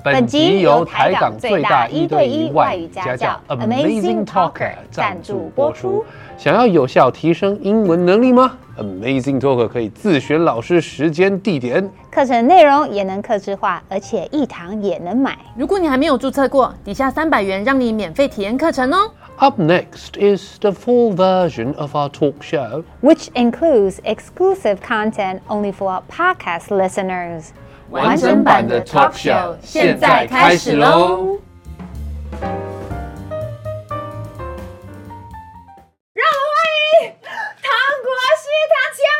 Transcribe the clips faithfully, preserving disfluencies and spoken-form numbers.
本集由台港最大一对一外语家教 Amazing Talker 赞助播出。想要有效提升英文能力吗？ Amazing Talker 可以自选老师、时间、地点， 课程内容也能客制化，而且一堂也能买。 如果你还没有注册过，底下三百元让你免费体验课程哦。 Up next is the full version of our talk show, which includes exclusive content only for our podcast listeners. 完整版的 talk show 现在开始喽！ 让我们欢迎唐国师唐启阳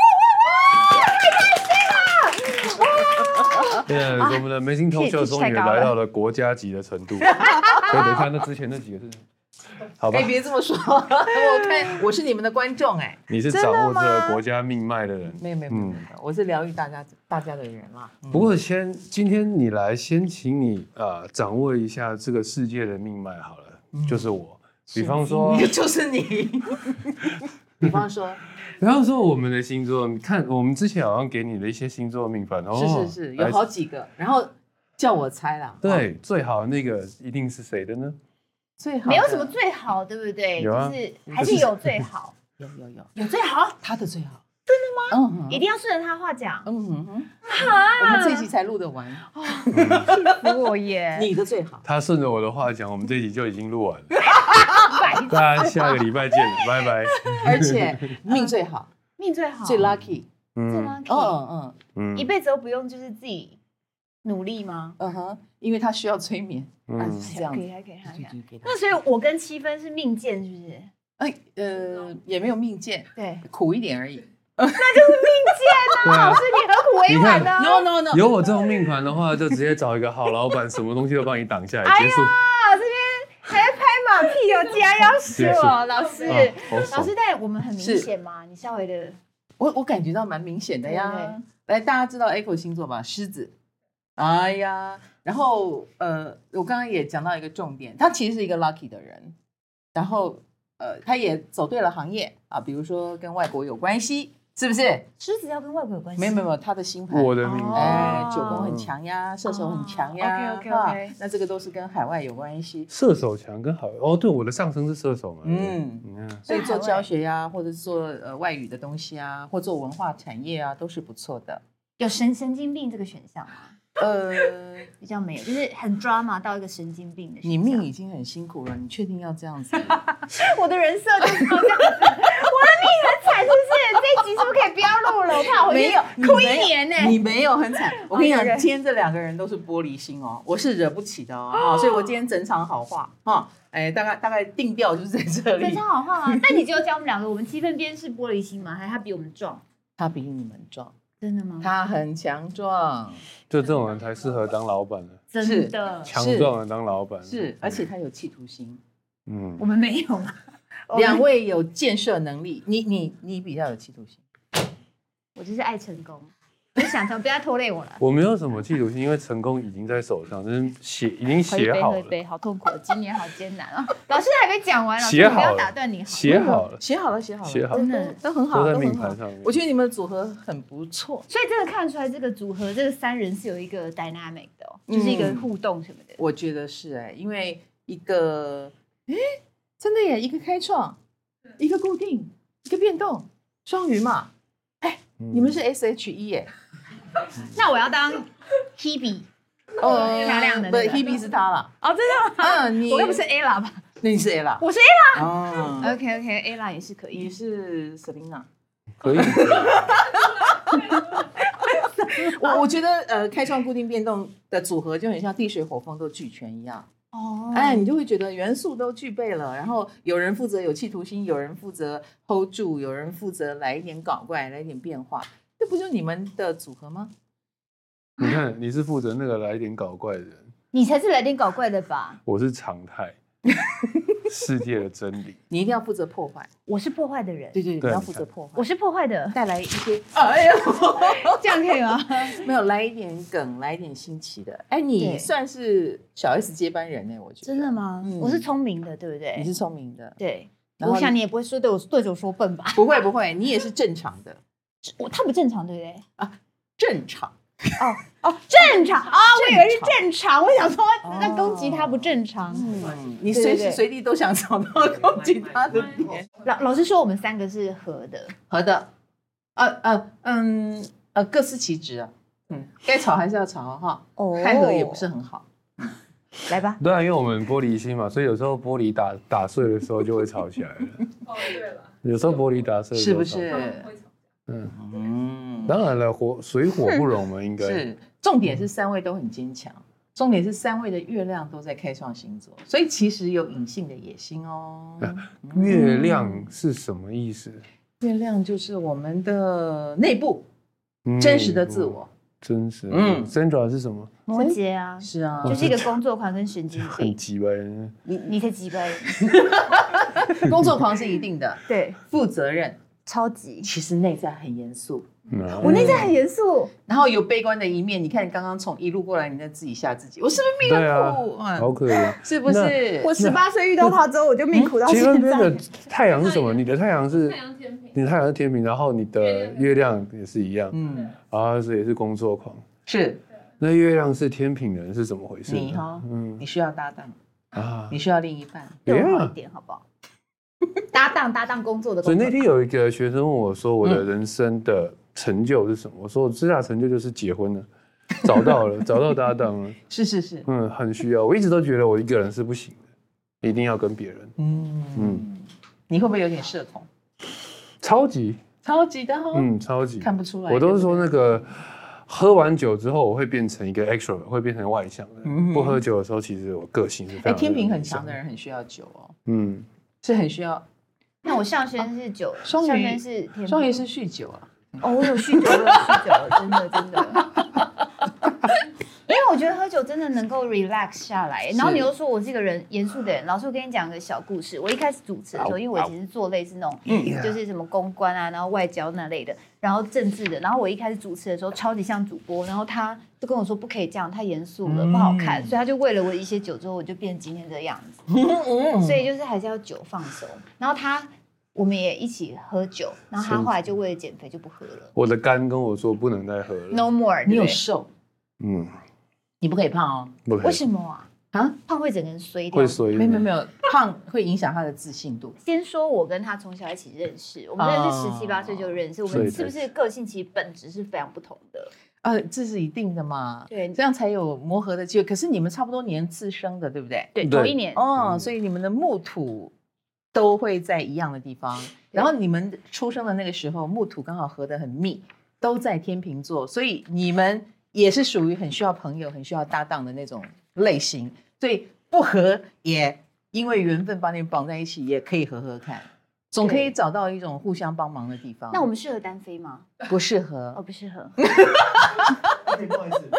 老师，哇哇哇！太开心了！ 对，我们的 Amazing Talk Show 终于来到了国家级的程度。所以等一下，那之前那几个是。好吧， 哎，别这么说，我看我是你们的观众哎， 你是掌握着国家命脉的人， 没有没有没有，我是疗愈大家大家的人啦。 不过先今天你来，先请你呃掌握一下这个世界的命脉好了，就是我，比方说， 就是你，比方说， 比方说我们的星座，你看我们之前好像给你的一些星座命盘， 是是是，有好几个，然后叫我猜啦， 对，最好那个一定是谁的呢？ 最好没有什么最好，对不对？ 有啊， 就是还是有最好， 有有有有最好， 他的最好， 真的吗？ 嗯， 一定要顺着他话讲。 嗯哼，我们这一集才录得完， 气死我耶！ 你的最好， 他顺着我的话讲，我们这一集就已经录完了，大家下个礼拜见，拜拜。 而且命最好， 命最好， 最 lucky， 最 lucky， 嗯嗯嗯，一辈子都不用就是自己努力吗？ 嗯哼，因为他需要催眠。嗯，是这样子， 可以，还可以，还可以。那所以，我跟七分是命贱，是不是？ 哎，呃，也没有命贱， 对， 苦一点而已。 那就是命贱啊！老师，你何苦委婉呢 ？No No No， 有我这种命盘的话，就直接找一个好老板，什么东西都帮你挡下来，结束。 这边还在拍马屁哦，加要死我，老师，老师，但我们很明显吗？你稍微的， 我我感觉到蛮明显的呀。来，大家知道 Echo 星座吧？狮子。哎呀，然后呃，我刚刚也讲到一个重点，他其实是一个 lucky 的人，然后呃，他也走对了行业啊，比如说跟外国有关系，是不是？ 狮子要跟外国有关系？ 没有没有，他的星盘， 我的命盘， 哎，九宫很强呀，射手很强呀 ，OK OK OK， 那这个都是跟海外有关系。 射手强跟海外，哦，对，我的上升是射手嘛， 嗯，嗯所以做教学呀，或者是做呃外语的东西啊，或做文化产业啊，都是不错的。 有神神经病这个选项吗？呃，比较没有，就是很 drama 到一个神经病的。 你命已经很辛苦了，你确定要这样子？ 我的人设就是要这样子，我的命很惨，是不是？这一集是不是可以不要录了？我怕我没有哭一年呢、欸。 你没有很惨，我跟你讲，今天这两个人都是玻璃心哦，我是惹不起的哦，所以我今天整场好话哈，哎，大概大概定调就是在这里。 整场好话啊！但你只有教我们两个，我们七分边是玻璃心吗？还是他比我们壮？ 他比你们壮。 真的吗？ 他很强壮， 就这种人才适合当老板的。 真的， 强壮的当老板是，而且他有企图心。 嗯，我们没有嘛。 两位有建设能力，你你你比较有企图心。 我就是爱成功，我就想成，不要拖累我了。 我没有什么企图心，因为成功已经在手上，就是写已经写好了。 喝一杯，好痛苦，今年好艰难啊！老师还没讲完，老师不要打断你。 写好了， 写好了，写好了， 写好了， 真的都很好， 都在命盘上面。 我觉得你们的组合很不错， 所以真的看出来这个组合，这个三人是有一个 dynamic 的、哦，就是一个互动什么的。 我觉得是哎，因为一个，哎，真的耶，一个开创，一个固定，一个变动，双鱼嘛，哎，你们是 S H E 耶。 那我要当 Hebe， 哦， 漂亮的、那个，不 ，Hebe 是他啦。 哦，真的吗？ 嗯，你我又不是 Ella 吧？ 那你是 Ella， 我是 Ella。 哦 ，OK OK，Ella 也是可以。 你是 Selina， 可以。 我我觉得呃，开创固定变动的组合就很像地水火风都俱全一样。哦，哎，你就会觉得元素都具备了，然后有人负责有企图心，有人负责 hold 住，有人负责来一点搞怪，来一点变化。这不就是你们的组合吗？ 你看，你是负责那个来一点搞怪的人， 你才是来点搞怪的吧？ 我是常态，世界的真理。 你一定要负责破坏， 我是破坏的人。 对对对，你要负责破坏。 我是破坏的， 带来一些，哎呀， 这样可以吗？ 没有，来一点梗，来一点新奇的。哎，你算是小 S 接班人呢，我觉得。 真的吗？嗯、我是聪明的，对不对？ 你是聪明的， 对。我想你也不会说对我对着我说笨吧？ 不会不会，你也是正常的。 我他不正常，对不对？ 啊，正常。 哦哦，正常啊，我以为是正常，我想说那攻击他不正常。 嗯，你随时随地都想找到攻击他的点。 老老师说我们三个是合的， 合的，呃呃嗯呃各司其职啊，嗯，该吵还是要吵哈， 哦太合也不是很好。 来吧。 对啊，因为我们玻璃心嘛，所以有时候玻璃打打碎的时候就会吵起来了。哦，对了，有时候玻璃打碎的时候是不是？ 嗯嗯， 当然了，火水火不容嘛，应该是。重点是三位都很坚强，重点是三位的月亮都在开创星座，所以其实有隐性的野心哦。 月亮是什么意思？ 月亮就是我们的内部真实的自我。 真实， 嗯 ，Sandra 是什么？ 摩羯啊， 是啊， 就是一个工作狂跟神经很病。 鸡掰人， 你你才几掰？ 工作狂是一定的， 对， 负责任， 超级。 其实内在很严肃。 我内在很严肃， 然后有悲观的一面。你看，你刚刚从一路过来，你在自己吓自己，我是不是命很苦？ 啊、好可怜， 是不是？ 我十八岁遇到他之后，我就命苦到现在。 其实那边的太阳是什么？你的太阳是太阳天平，你的太阳是天平，然后你的月亮也是一样，嗯，啊，所以也是工作狂。 是， 那月亮是天平人是怎么回事？ 你哈，嗯，你需要搭档啊，你需要另一半， 对我好一点好不好？搭档搭档工作的工作。 所以那天有一个学生问我说，我的人生的成就是什么？我说我最大成就就是结婚了，找到了，找到搭档了。 是是是， 嗯，很需要。我一直都觉得我一个人是不行的，一定要跟别人。嗯嗯，你会不会有点社恐？ 超级， 超级的哦。 嗯，超级看不出来。 我都是说那个喝完酒之后，我会变成一个 extrovert， 会变成外向的。嗯、不喝酒的时候，其实我个性是非常。哎， 天平很强的人很需要酒哦。嗯，是很需要。 那我上升是酒， 双鱼上升是天平， 双鱼是酗酒啊。 哦，我有酗酒，我有酗酒，真的真的。因为我觉得喝酒真的能够 relax 下来，然后你又说我是一个人严肃的人。老师，我跟你讲个小故事。我一开始主持的时候，因为我其实做类似那种，就是什么公关啊，然后外交那类的，然后政治的。然后我一开始主持的时候，超级像主播，然后他就跟我说不可以这样，太严肃了，不好看。所以他就为了我一些酒之后，我就变成今天这样子。所以就是还是要酒放松。然后他。我们也一起喝酒，然后他后来就为了减肥就不喝了。 我的肝跟我说不能再喝了 ，No more。 你有瘦， 嗯， 你不可以胖哦。 不可以。 为什么啊？啊，胖会整个人衰掉。 会衰。 没有没有没有，胖会影响他的自信度。 先说我跟他从小一起认识，我们认识十七八岁就认识，我们是不是个性其实本质是非常不同的？ 呃，这是一定的嘛。对，这样才有磨合的机会。可是你们差不多年次生的，对不对？ 对，同一年。 哦，所以你们的木土。都会在一样的地方，然后你们出生的那个时候，木土刚好合得很密，都在天秤座，所以你们也是属于很需要朋友、很需要搭档的那种类型，所以不合也因为缘分把你们绑在一起，也可以合合看，总可以找到一种互相帮忙的地方。 那我们适合单飞吗？ 不适合， 哦，不适合。 不好意思，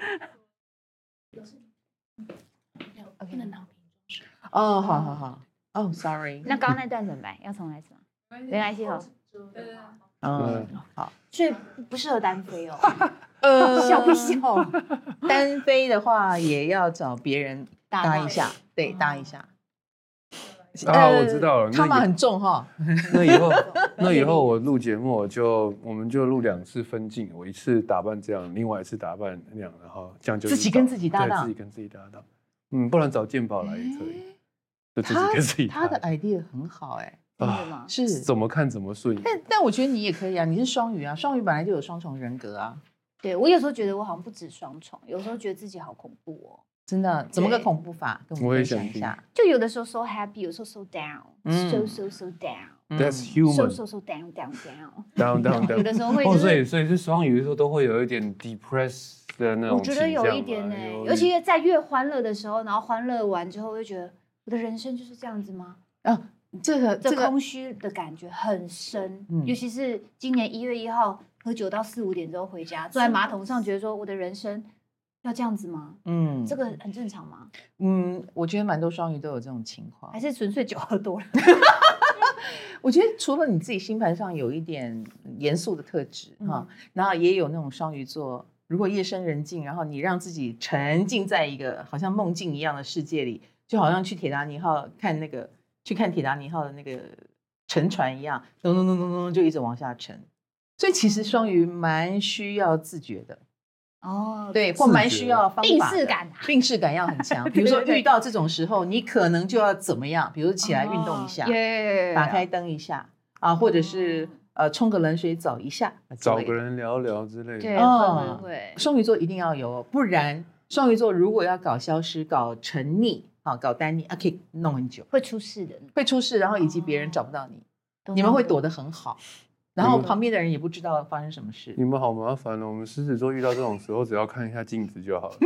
不能闹。 哦，好好好。哦、oh, ，sorry。 那刚刚那段怎么办？要重来是吗？没关系哦。 嗯，好。 所以不适合单飞哦。 呃， 笑不笑？ 单飞的话也要找别人搭一下，对，搭一下。 啊，我知道了， 他们很重哈。 那以后，那以后我录节目，我就我们就录两次分镜，我一次打扮这样，另外一次打扮那样，然后这样就自己跟自己搭档， 自己跟自己搭档。嗯，不然找健宝来也可以。就自己跟自己他的 idea 很好哎、 欸，真的吗？ 是怎么看怎么顺。 但但我觉得你也可以啊，你是双鱼啊，双鱼本来就有双重人格啊。 对，我有时候觉得我好像不止双重，有时候觉得自己好恐怖哦。 真的？怎么个恐怖法？跟我们分享一下。 就有的时候 so happy， 有时候 so down，so so so down。That's human。So so so down down down。 down down down。 有的时候会哦，所以所以是双鱼的时候都会有一点 depressed 的那种。 我觉得有一点呢，尤其在越欢乐的时候，然后欢乐完之后会觉得。我的人生就是这样子吗？ 啊，这个这空虚的感觉很深，嗯、尤其是今年一月一号喝酒到四五点之后回家，坐在马桶上，觉得说我的人生要这样子吗？嗯，这个很正常吗？ 嗯，我觉得蛮多双鱼都有这种情况， 还是纯粹酒喝多了？ 我觉得除了你自己星盘上有一点严肃的特质哈、嗯，然后也有那种双鱼座，如果夜深人静，然后你让自己沉浸在一个好像梦境一样的世界里。就好像去铁达尼号看那个，去看铁达尼号的那个沉船一样，咚咚咚咚咚就一直往下沉。所以其实双鱼蛮需要自觉的， 哦， 对，或蛮需要方法的， 病识感， 病识感要很强。比如说遇到这种时候，你可能就要怎么样？比如起来运动一下， 哦、 打开灯一下啊，或者是呃冲个冷水澡一下， 找个人聊聊之类的。 对，会会会。 双鱼座一定要有，不然双鱼座如果要搞消失、搞沉溺、啊搞单溺啊，可以弄很久， 会出事的， 会出事，然后以及别人找不到你，哦、你们会躲得很好。然后旁边的人也不知道发生什么事。 你们好麻烦哦！我们狮子座遇到这种时候，只要看一下镜子就好了。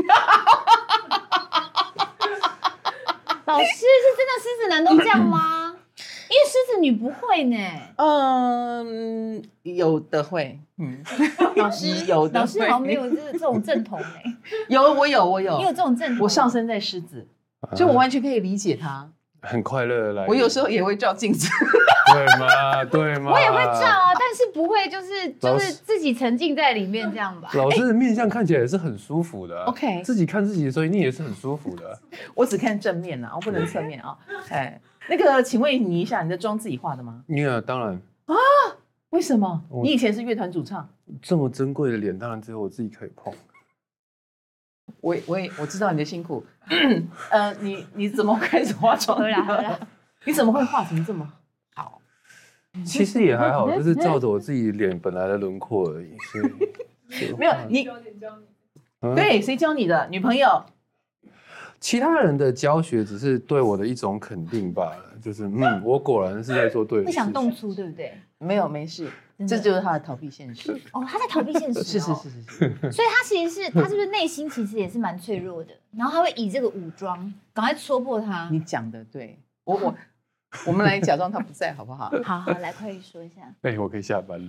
老师是真的狮子男都这样吗？因为狮子女不会呢。 嗯，有的会。嗯， 老师有的，老师好像没有这这种正统哎。 有，我有，我有。 你有这种正统？ 我上升在狮子，所以我完全可以理解他。 很快乐的来。 我有时候也会照镜子。 对吗？对吗？ 我也会照啊，但是不会就是就是自己沉浸在里面这样吧。 老师的面相看起来也是很舒服的、啊。 OK， 自己看自己的时候一定也是很舒服的、啊。 我只看正面啊，我不能侧面啊。哎，那个，请问你一下，你的妆自己画的吗？ 你啊，当然啊。为什么？你以前是乐团主唱， 这么珍贵的脸，当然只有我自己可以碰。 我我也我知道你的辛苦。呃，你你怎么开始化妆的？你怎么会画成这么好？ 其实也还好，就是照着我自己脸本来的轮廓而已。所以没有你，对，谁教你的？女朋友？ 其他人的教学只是对我的一种肯定罢了。就是嗯，我果然是在做对的事情。 不想动粗，对不对？ 没有，没事。这就是他的逃避现实。 哦，他在逃避现实、哦。 是是是是是。 所以他其实是，他是不是内心其实也是蛮脆弱的？然后他会以这个武装，赶快戳破他。 你讲的对，我我我们来假装他不在，好不好？ 好好，来快说一下。 哎、欸，我可以下班了。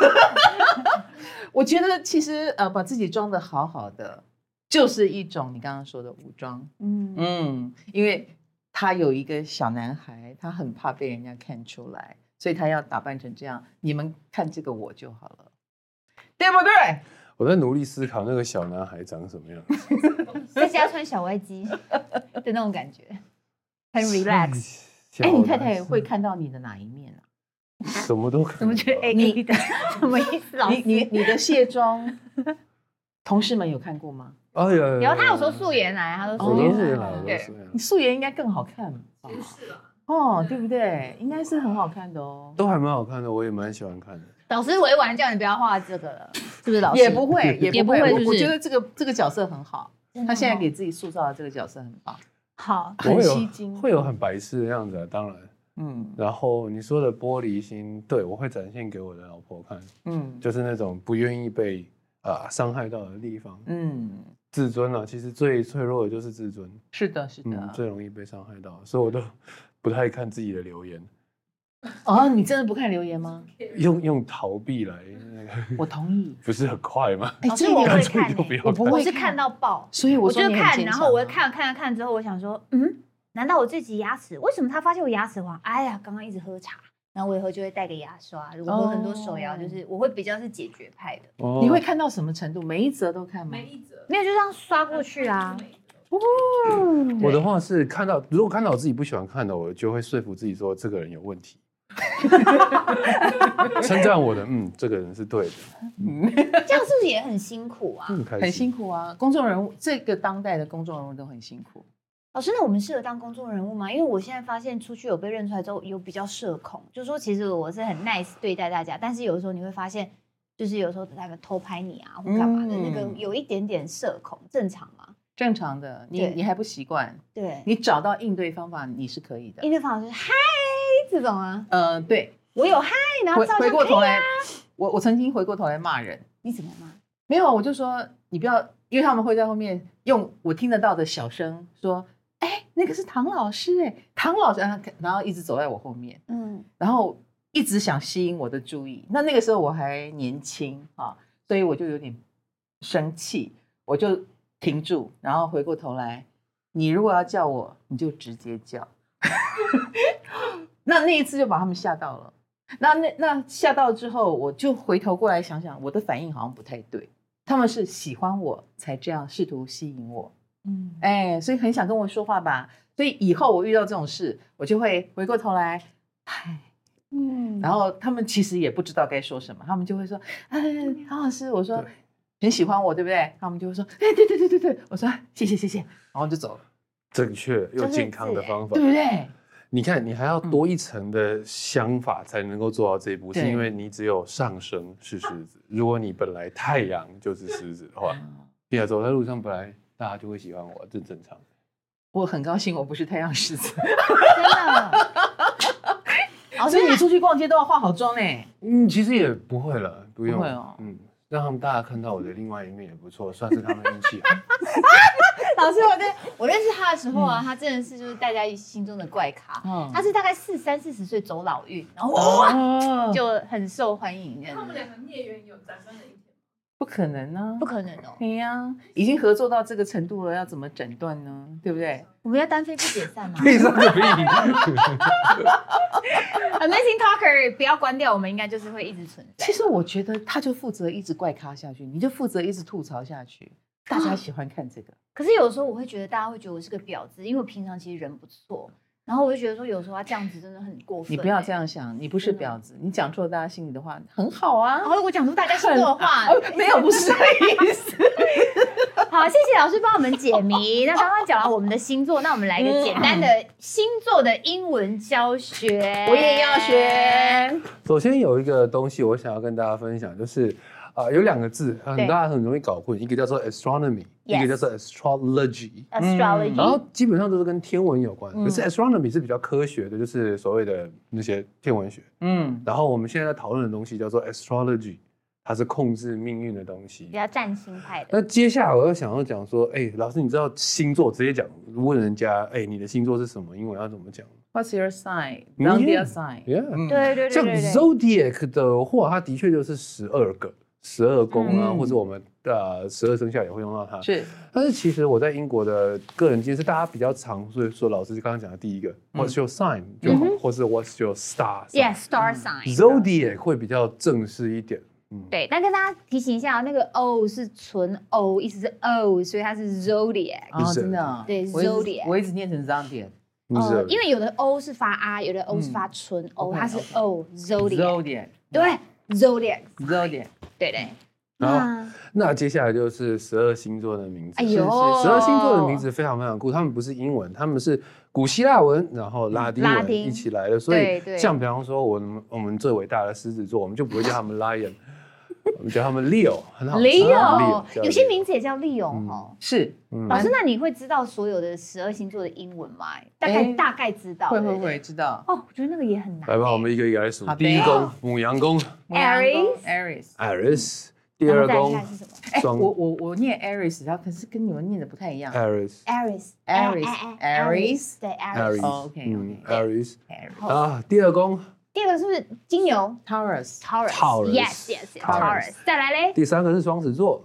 我觉得其实呃，把自己装得好好的，就是一种你刚刚说的武装。嗯嗯，因为他有一个小男孩，他很怕被人家看出来。所以他要打扮成这样，你们看这个我就好了，对不对？ 我在努力思考那个小男孩长什么样子， 在家穿小外机的那种感觉，很 relax。 哎，你太太会看到你的哪一面啊？ 什么都看。 怎么觉得 A A 的？什么意思？老师， 你你你的卸妆，同事们有看过吗？ 哦有有，他有说素颜来，他说素颜来， 对， 你素颜应该更好看吧？是啊。哦，对不对？应该是很好看的哦， 都还蛮好看的，我也蛮喜欢看的。 老师委婉叫你不要画这个了，是不是老师？ 也不会，也不会。 我, 我觉得这个这个角色很好，他现在给自己塑造的这个角色很棒， 好， 很吸睛， 会有很白痴的样子啊，当然，嗯。然后你说的玻璃心，对我会展现给我的老婆看，嗯，就是那种不愿意被啊伤害到的地方，嗯。自尊啊，其实最脆弱的就是自尊。 是的，是的， 嗯、最容易被伤害到，所以我都不太看自己的留言。 哦，你真的不看留言吗？ 用用逃避来那个， 我同意。 不是很快吗？ 哎、欸，这我会看、 欸， 我不会，我是看到爆， 所以我就看，然后我看看看之后，我想说，嗯，难道我这集牙齿为什么他发现我牙齿黄？哎呀，刚刚一直喝茶。然后我以后就会带个牙刷，如果喝很多手摇，就是我会比较是解决派的。 哦、你会看到什么程度？每一则都看吗？ 每一则没有，就这样刷过去啊。 哦、我的话是看到，如果看到我自己不喜欢看的，我就会说服自己说这个人有问题。称赞我的，嗯，这个人是对的。 嗯、这样是不是也很辛苦啊？ 嗯、 很辛苦啊！公众人物，这个当代的公众人物都很辛苦。 老师，那我们适合当公众人物吗？因为我现在发现出去有被认出来之后，有比较社恐，就是说其实我是很 nice 对待大家，但是有的时候你会发现，就是有时候他们偷拍你啊或干嘛的，嗯、那个有一点点社恐，正常吗？ 正常的，你你还不习惯， 对， 你找到应对方法，你是可以的。 应对方法是嗨这种啊， 呃，对我有嗨，然后回过头来，我我曾经回过头来骂人， 你怎么骂？ 没有，我就说你不要，因为他们会在后面用我听得到的小声说。哎，那个是唐老师哎，唐老师，然后一直走在我后面，嗯，然后一直想吸引我的注意。那那个时候我还年轻啊，所以我就有点生气，我就停住，然后回过头来，你如果要叫我，你就直接叫。那那一次就把他们吓到了。那那那吓到之后，我就回头过来想想，我的反应好像不太对。他们是喜欢我才这样试图吸引我。嗯，哎，所以很想跟我说话吧，所以以后我遇到这种事，我就会回过头来，嗨，嗯，然后他们其实也不知道该说什么，他们就会说，哎，唐老师，我说， 很喜欢我，对不对？他们就会说，哎，对对对对对，我说谢谢谢谢，然后就走了。 正确又健康的方法， 对不对？ 你看，你还要多一层的想法才能够做到这一步， 对是因为你只有上升是狮子，如果你本来太阳就是狮子的话，你走在路上本来大家就会喜欢我，这正常。 我很高兴我不是太阳狮子， 真的。 哦，所以你出去逛街都要化好妆呢。 嗯，其实也不会了，不用。 不会哦， 嗯，让他们大家看到我的另外一面也不错，算是他们运气好。 老师，我对我认识他的时候啊，嗯、他真的是就是大家心中的怪咖。嗯、他是大概四三四十岁走老运，然后哇、哦、就很受欢迎。 他们两个孽缘有展开的一天吗？ 不可能啊， 不可能哦。 对呀、啊，已经合作到这个程度了，要怎么诊断呢？对不对？ 我们要单飞不解散吗？ 闭上个屁 ！Amazing Talker 不要关掉，我们应该就是会一直存在。 其实我觉得他就负责一直怪咖下去，你就负责一直吐槽下去。大家喜欢看这个， 可是有时候我会觉得大家会觉得我是个婊子，因为我平常其实人不错，然后我就觉得说有时候他这样子真的很过分、欸。 你不要这样想，你不是婊子，你讲出了大家心里的话很好啊。 然后我讲出大家心里的话， 啊、没有不是这个意思。 好，谢谢老师帮我们解谜。那刚刚讲了我们的星座，那我们来一个简单的星座的英文教学。 我也要学。 首先有一个东西我想要跟大家分享，就是。啊，有两个字，很大家很容易搞混，一个叫做 astronomy， 一个叫做 astrology。astrology， 然后基本上都是跟天文有关，可是 astronomy 是比较科学的，就是所谓的那些天文学。嗯，然后我们现在讨论的东西叫做 astrology， 它是控制命运的东西， 比较占星派的。 那接下来我又想要讲说，哎，老师，你知道星座直接讲，问人家，哎，你的星座是什么？英文要怎么讲 ？What's your sign? Zodiac sign. Yeah， 对对对对。 像 zodiac 的话，它的确就是十二个。十二宫啊，嗯、或者我们呃十二生肖也会用到它。 是， 但是其实我在英国的个人经验是，大家比较常所以说老师刚刚讲的第一个、嗯、，What's your sign 就好，嗯、或是 What's your star sign？ Yes, star sign。 Zodiac 会比较正式一点。 嗯、对，但跟大家提醒一下，那个 O 是纯 O， 意思是 O， 所以它是 Zodiac。 哦，真的、哦。 对 ，Zodiac。 我一直念成 Zodiac。 呃，因为有的 O 是发 R， 有的 O 是发纯 O，、嗯、它是 O，Zodiac。 Zodiac。 对 ，Zodiac。Zodiac。对对。 然后，那接下来就是十二星座的名字。 哎呦， 十二星座的名字非常非常酷，他们不是英文，他们是古希腊文，然后拉丁文一起来的。所以，像比方说，我们我们最伟大的狮子座，我们就不会叫他们 Lion， 我们叫他们 Leo， 很好。 Leo， 有些名字也叫 Leo 哦。 是， 老师，那你会知道所有的十二星座的英文吗？大概大概知道。 会会会知道。 哦，我觉得那个也很难。 来吧，我们一个一个来数。第一宫母羊宫 ，Aries，Aries。 第二宫， 哎，我我我念 Aries， 然后可是跟你们念的不太一样。 Aries，Aries，Aries，对 ，Aries，OK，Aries， 啊，第二宫， 第二个是不是金牛 ？Taurus，Taurus，Yes Yes，Taurus。再来嘞， 第三个是双子座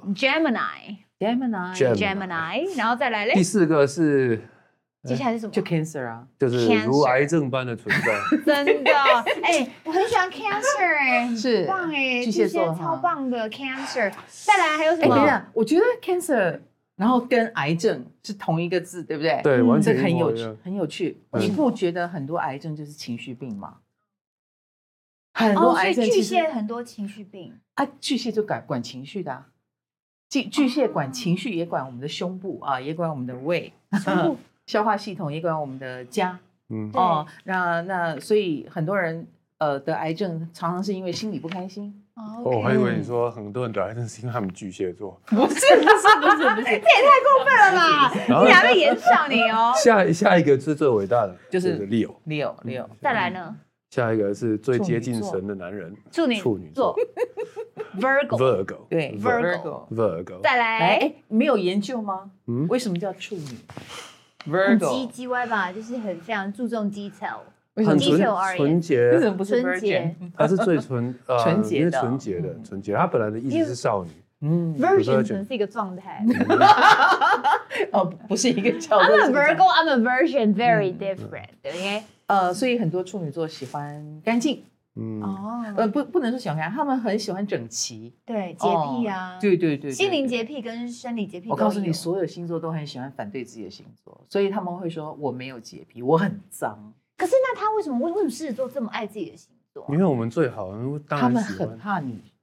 ，Gemini，Gemini，Gemini，然后再来嘞， 第四个是。 接下来是什么？ 就 Cancer 啊， 就是如癌症般的存在。 真的，哎，我很喜欢 Cancer， 哎， 是棒哎， 巨蟹座超棒的 Cancer。再来还有什么？ 哎，等一下，我觉得 Cancer， 然后跟癌症是同一个字，对不对？ 对，完全很有趣，很有趣。你不觉得很多癌症就是情绪病吗？很多癌症， 巨蟹很多情绪病啊，巨蟹就管管情绪的，巨巨蟹管情绪，也管我们的胸部啊，也管我们的胃。胸部。消化系统也管我们的家，嗯哦，那那所以很多人呃得癌症常常是因为心里不开心。 哦，我还以为你说很多人得癌症是因为他们巨蟹座， 不是不是不是不是，这也太过分了吧！你还会延上你哦。 下下一个是最伟大的， 就是 Leo Leo Leo。 再来呢？ 下一个是最接近神的男人， 处女处女座 Virgo Virgo 对 Virgo Virgo。 再来， 哎，没有研究吗？嗯，为什么叫处女？ 很鸡鸡歪吧，就是很非常注重 detail， 很纯纯洁， 为什么不是纯洁？ 它是最纯呃纯洁的， 纯洁的，纯洁。它本来的意思是少女， 嗯 ，Virgin 可能是一个状态， 哦，不是一个叫。 I'm a Virgo, I'm a Virgin, very different， OK？ 呃，所以很多处女座喜欢干净。嗯哦，呃不不能说喜欢看，他们很喜欢整齐， 对洁癖啊， 对对对， 心灵洁癖跟生理洁癖。 我告诉你，所有星座都很喜欢反对自己的星座，所以他们会说我没有洁癖，我很脏。 可是那他为什么为为什么狮子座这么爱自己的星座？ 因为我们最好， 他们很怕你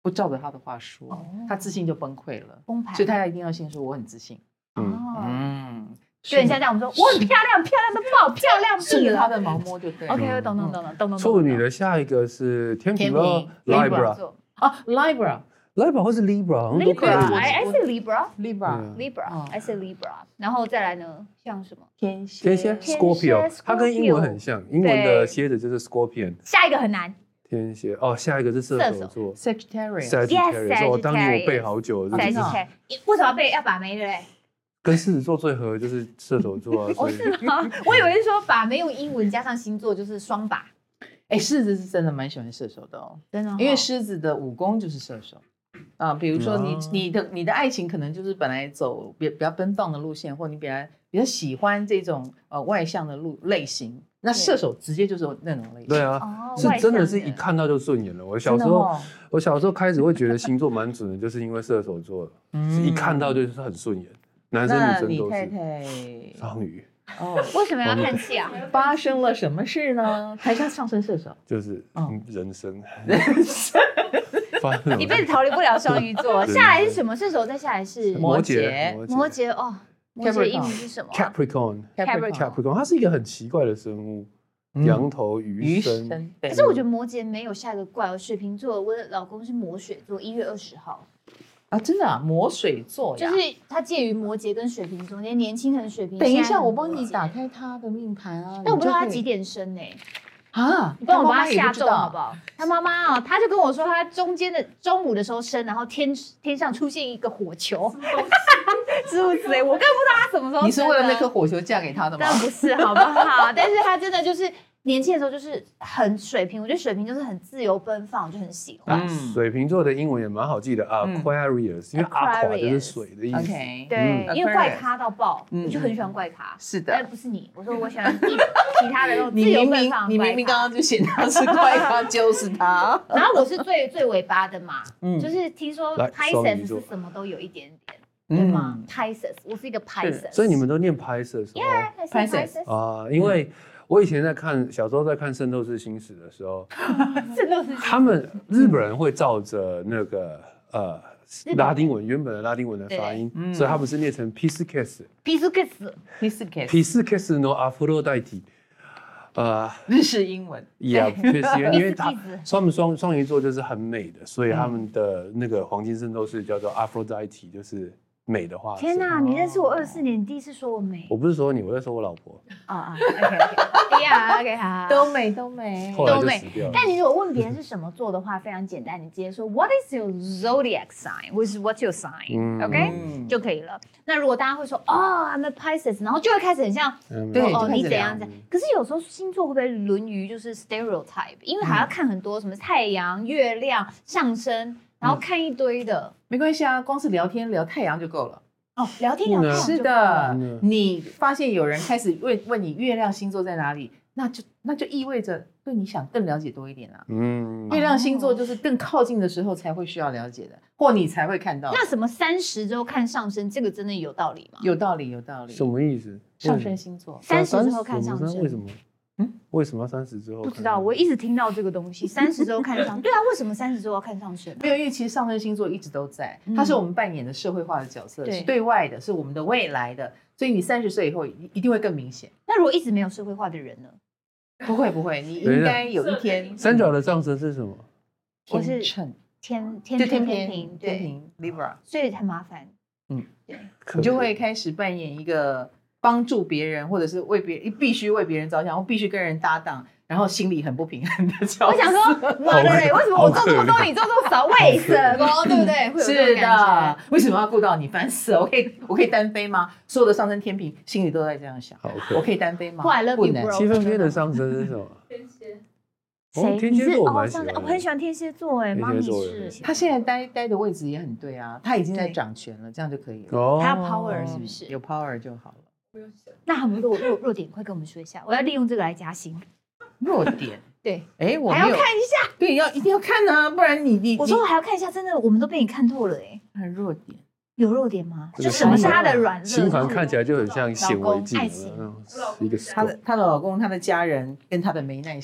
不照着他的话说，哦、他自信就崩溃了， 崩盘。 所以他一定要先说我很自信。 嗯嗯， 就很像这样，我们说我很漂亮，漂亮的爆，漂亮毙了。 他的毛摸就对了。 OK， 懂懂懂懂懂懂。 处女的下一个是天平咯 ，Libra 啊 ，Libra。 Libra 或是 Libra，I I say Libra，Libra，Libra，I say Libra， 然后再来呢，像什么？ 天蝎， 天蝎 Scorpio， 它跟英文很像，英文的蝎子就是 Scorpion。 下一个很难。 天蝎哦，下一个是射手座 ，Sagittarius。 我当年我背好久了。 Sagittarius，为什么要背？要把妹对不对？ 跟狮子座最合的就是射手座啊。 哦，是吗？我以为是说把妹用英文加上星座就是双把。 哎，狮子是真的蛮喜欢射手的哦， 真的， 因为狮子的武功就是射手。啊，比如说你你的你的爱情可能就是本来走比比较奔放的路线，或你比较比较喜欢这种呃外向的路类型，那射手直接就是那种类型。 对啊，哦、是真的是一看到就顺眼了。我小时候、哦、我小时候开始会觉得星座蛮准的，就是因为射手座，嗯、一看到就是很顺眼，男生女生都是。 你太太双鱼。 哦，为什么要看气啊？ 发生了什么事呢？还是他上升射手？ 就是人生， 人生。 一辈子逃离不了双鱼座。下来是什么？射手，再下来是摩羯。 摩羯哦，摩羯英文是什么 ？Capricorn。Capricorn， 它是一个很奇怪的生物，羊头鱼身。 可是我觉得摩羯没有下一个怪哦。水瓶座，我的老公是摩水座，一月二十号。 啊，真的啊，摩水座就是他介于摩羯跟水瓶中间，年轻很水瓶。 等一下，我帮你打开他的命盘啊。 但我不知道他几点生呢？ 啊， 你帮我帮他下咒好不好？他妈妈啊，他就跟我说，他中间的中午的时候生，然后天天上出现一个火球，诸如此类，我更不知道他什么时候生。 你是为了那颗火球嫁给他的吗？ 当然不是，好不好？但是他真的就是年轻的时候就是很水瓶，我觉得水瓶就是很自由奔放，我就很喜欢。 嗯、水瓶座的英文也蛮好记的 ，Aquarius，、嗯、因为 aqua 就是水的意思。 Okay, 对，嗯、因为怪咖到爆，嗯、我就很喜欢怪咖。 是的， 但不是你，我说我喜欢其他的那种自由奔放。 你明明刚刚就嫌他是怪咖，就是他。 然后我是最最尾巴的嘛，嗯、就是听说 Pisces 是什么都有一点点。对吗 ？Pisces， 我是一个 Pisces， 所以你们都念 Pisces。 Yeah， Pisces 啊，因为我以前在看小时候在看《圣斗士星矢》的时候， 圣斗士他们日本人会照着那个呃拉丁文原本的拉丁文的发音，所以他们是念成 Pisces，Pisces，Pisces，Pisces no Aphrodite。呃， 日式英文 ，Yeah， 因为他他们双双鱼座就是很美的，所以他们的那个黄金圣斗士叫做 Aphrodite， 就是美的化身。 天哪，你认识我二十四年，你第一次说我美。 我不是说你，我在说我老婆。 啊啊 ，OK OK， 呀 OK 好， 都美都美都美。但你如果问别人是什么座的话，非常简单，你直接说 What is your zodiac sign？ 或是 What's your sign？OK 就可以了。那如果大家会说哦 I'm a Pisces， 然后就会开始很像对哦你怎样怎样。可是有时候星座会不会沦于就是 stereotype？ 因为还要看很多什么太阳、月亮、上升。然后看一堆的， 嗯、没关系啊，光是聊天聊太阳就够了。 哦，聊天聊太阳是的，你发现有人开始问问你月亮星座在哪里，那就那就意味着对你想更了解多一点啊。嗯，月亮星座就是更靠近的时候才会需要了解的，或你才会看到。 那什么三十之后看上升，这个真的有道理吗？ 有道理，有道理。 什么意思？ 上升星座三十之后看上升， 为什么？嗯，为什么要三十之后？ 不知道，我一直听到这个东西，三十之后看上。对啊，为什么三十之后要看上升？ 没有，因为其实上升星座一直都在，它是我们扮演的社会化的角色，是对外的，是我们的未来的，所以你三十岁以后一定会更明显。 那如果一直没有社会化的人呢？ 不会不会，你应该有一天。 三角的上升是什么？ 我是秤， 天天天平， 天平 Libra， 所以很麻烦。 嗯，对，你就会开始扮演一个。帮助别人，或者是为别必须为别人着想，或必须跟人搭档，然后心里很不平衡的角色。 我想说，妈的嘞，为什么我做这么多，你做这么少？为什么？对不对？会有这种感觉。 为什么要顾到你？烦死了！我可以，我可以单飞吗？所有的上升天平心里都在这样想。我可以单飞吗？ 不 I love you bro。 七分边的上升是什么？ 天蝎。 谁？天蝎座我蛮喜欢。 我很喜欢天蝎座哎，妈咪是。 他现在待待的位置也很对啊，他已经在掌权了，这样就可以了。 哦。 他 power 是不是？ 有 power 就好了。 那我们弱弱弱点，快跟我们说一下。我要利用这个来加薪。 弱点， 对， 哎，我还要看一下， 对，要一定要看啊，不然你你我说我还要看一下，真的，我们都被你看透了哎。 很弱点， 有弱点吗？就什么是他的软弱？ 星盘看起来就很像显微镜， 爱情， 一个他的他的老公、他的家人跟他的没耐性。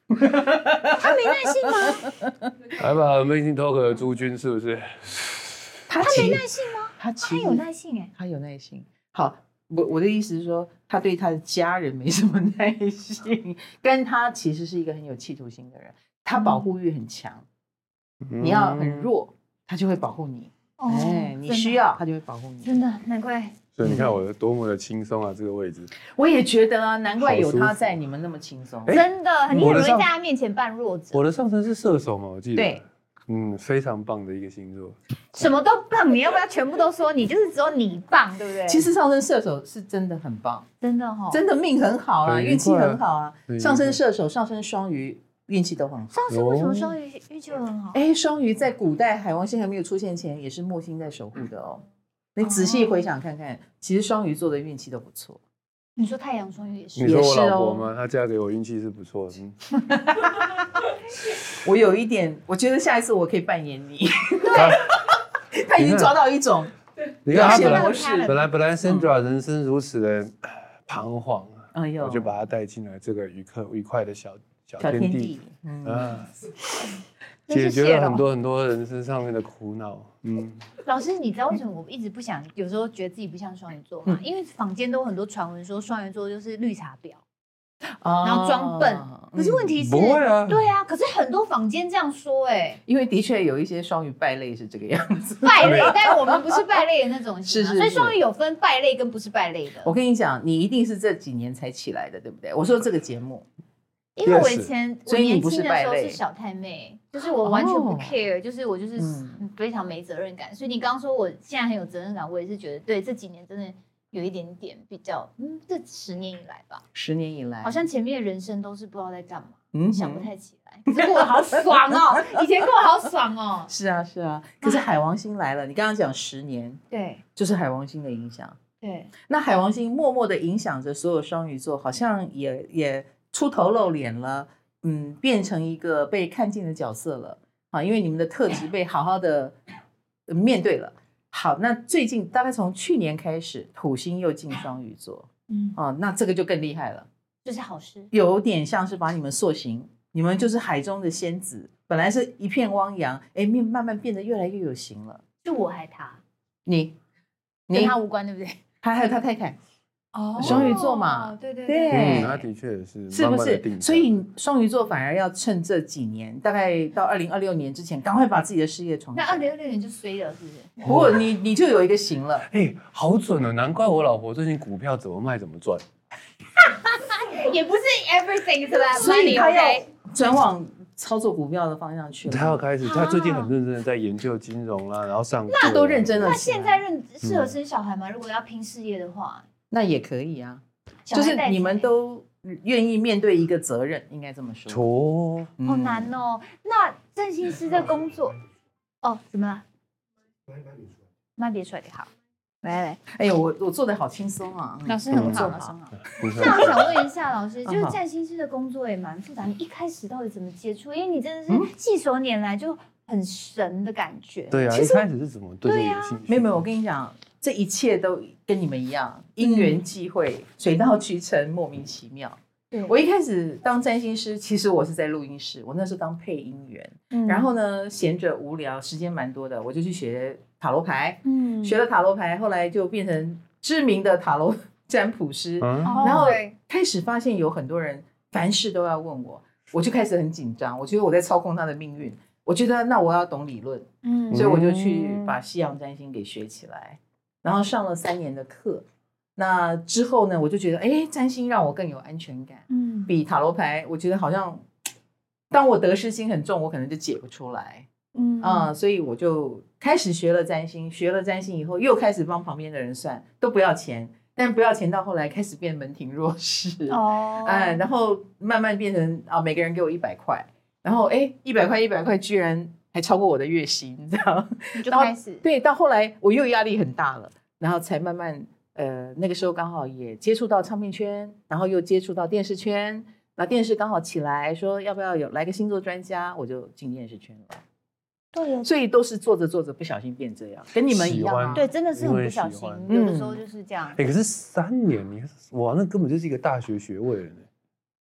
他没耐性吗？ 来吧 ，Amazing Talk 的朱军是不是？ 他他没耐性吗？ 他他有耐性哎， 他有耐性。好，我我的意思是说，他对他的家人没什么耐性，但他其实是一个很有企图心的人，他保护欲很强。 嗯、 你要很弱，他就会保护你。哦、哎，你需要他就会保护你。 真的，难怪。 所以你看我的多么的轻松啊，这个位置。 我也觉得啊，难怪有他在，你们那么轻松。 真的，你很容易在他面前扮弱者。 我的上升是射手嘛，我记得。 对。 嗯，非常棒的一个星座， 什么都棒，你要不要全部都说？你就是只有你棒，对不对？ 其实上升射手是真的很棒， 真的哈、哦， 真的命很好啊，运气很好啊。上升射手、上升双鱼运气都很好。 上升为什么双鱼运气会很好？ 哎，双鱼在古代海王星还没有出现前，也是木星在守护的哦。你仔细回想看看，其实双鱼座的运气都不错。 你说太阳双鱼也是？ 你说我老婆吗？她嫁给我运气是不错的。嗯我有一点，我觉得下一次我可以扮演你。对，他已经抓到一种你看他本来模式。 本来本来 Sandra 人生如此的彷徨， 哎呦， 我就把她带进来这个愉快愉快的小小天天地， 嗯啊，解决了很多很多人生上面的苦恼。嗯， 老师，你知道为什么我一直不想，有时候觉得自己不像双鱼座吗？因为坊间都有很多传闻说双鱼座就是绿茶婊。然后装笨，可是问题是， 不会啊， 对啊，可是很多坊间这样说，哎， 因为的确有一些双鱼败类是这个样子， 败类，但我们不是败类的那种， 是是， 所以双鱼有分败类跟不是败类的。 我跟你讲，你一定是这几年才起来的，对不对？我说这个节目， 因为我以前我年轻的时候是小太妹，就是我完全不 care，就是我就是非常没责任感，所以你刚刚说我现在很有责任感，我也是觉得对这几年真的。有一点点比较，嗯，这十年以来吧， 十年以来， 好像前面的人生都是不知道在干嘛，嗯，想不太起来。可是过得好爽哦，以前过得好爽哦。 是啊，是啊。可是海王星来了，你刚刚讲十年， 对， 就是海王星的影响。 对， 那海王星默默的影响着所有双鱼座，好像也也出头露脸了，嗯，变成一个被看见的角色了啊，因为你们的特质被好好的面对了。好，那最近大概从去年开始，土星又进双鱼座，嗯，哦，那这个就更厉害了， 就是好事， 有点像是把你们塑形，你们就是海中的仙子，本来是一片汪洋，哎，面慢慢变得越来越有型了。 就我还他， 你， 跟他无关，对不对？ 他还有他太太，哦，双鱼座嘛， 对对对， 嗯，他的确是， 是不是？所以双鱼座反而要趁这几年，大概到二零二六年之前，赶快把自己的事业闯起来。 那二零二六年就衰了，是不是？ 不过你你就有一个型了， 哎、欸，好准哦！难怪我老婆最近股票怎么卖怎么赚。 也不是 everything 是吧？ 所以他要转往操作股票的方向去了。 他要开始，他最近很认真的在研究金融啦，然后上那都认真了。 那现在认适合生小孩吗？如果要拼事业的话， 那也可以啊。就是你们都愿意面对一个责任，应该这么说。 错， 好难哦。那占星师的工作，哦，怎么了？慢别出来，好。来来， 哎呦，我我做的好轻松啊！ 老师很好，老师很好。那我想问一下，老师，就是占星师的工作也蛮复杂，你一开始到底怎么接触？因为你真的是信手拈来，就很神的感觉。 对啊，一开始是怎么对这个有兴趣？ 没有没有，我跟你讲，这一切都跟你们一样，因缘际会，水到渠成，莫名其妙。我一开始当占星师，其实我是在录音室，我那时候当配音员，嗯、然后呢，闲着无聊，时间蛮多的，我就去学塔罗牌，嗯，学了塔罗牌，后来就变成知名的塔罗占卜师，嗯、然后开始发现有很多人凡事都要问我，我就开始很紧张，我觉得我在操控他的命运，我觉得那我要懂理论，嗯，所以我就去把西洋占星给学起来，然后上了三年的课。那之后呢，我就觉得，哎，占星让我更有安全感，嗯，比塔罗牌，我觉得好像，当我得失心很重，我可能就解不出来，嗯啊、呃，所以我就开始学了占星，学了占星以后，又开始帮旁边的人算，都不要钱，但不要钱到后来开始变门庭若市，哦，哎，然后慢慢变成啊，每个人给我一百块，然后哎，一百块一百块居然还超过我的月薪，你知道？ 你就开始对，到后来我又压力很大了，然后才慢慢。呃，那个时候刚好也接触到唱片圈，然后又接触到电视圈，那电视刚好起来说要不要有来个星座专家，我就进电视圈了。 对， 所以都是做着做着不小心变这样，跟你们一样、啊。 对，真的是很不小心，有的时候就是这样。 哎、欸，可是三年你哇，那根本就是一个大学学位了呢。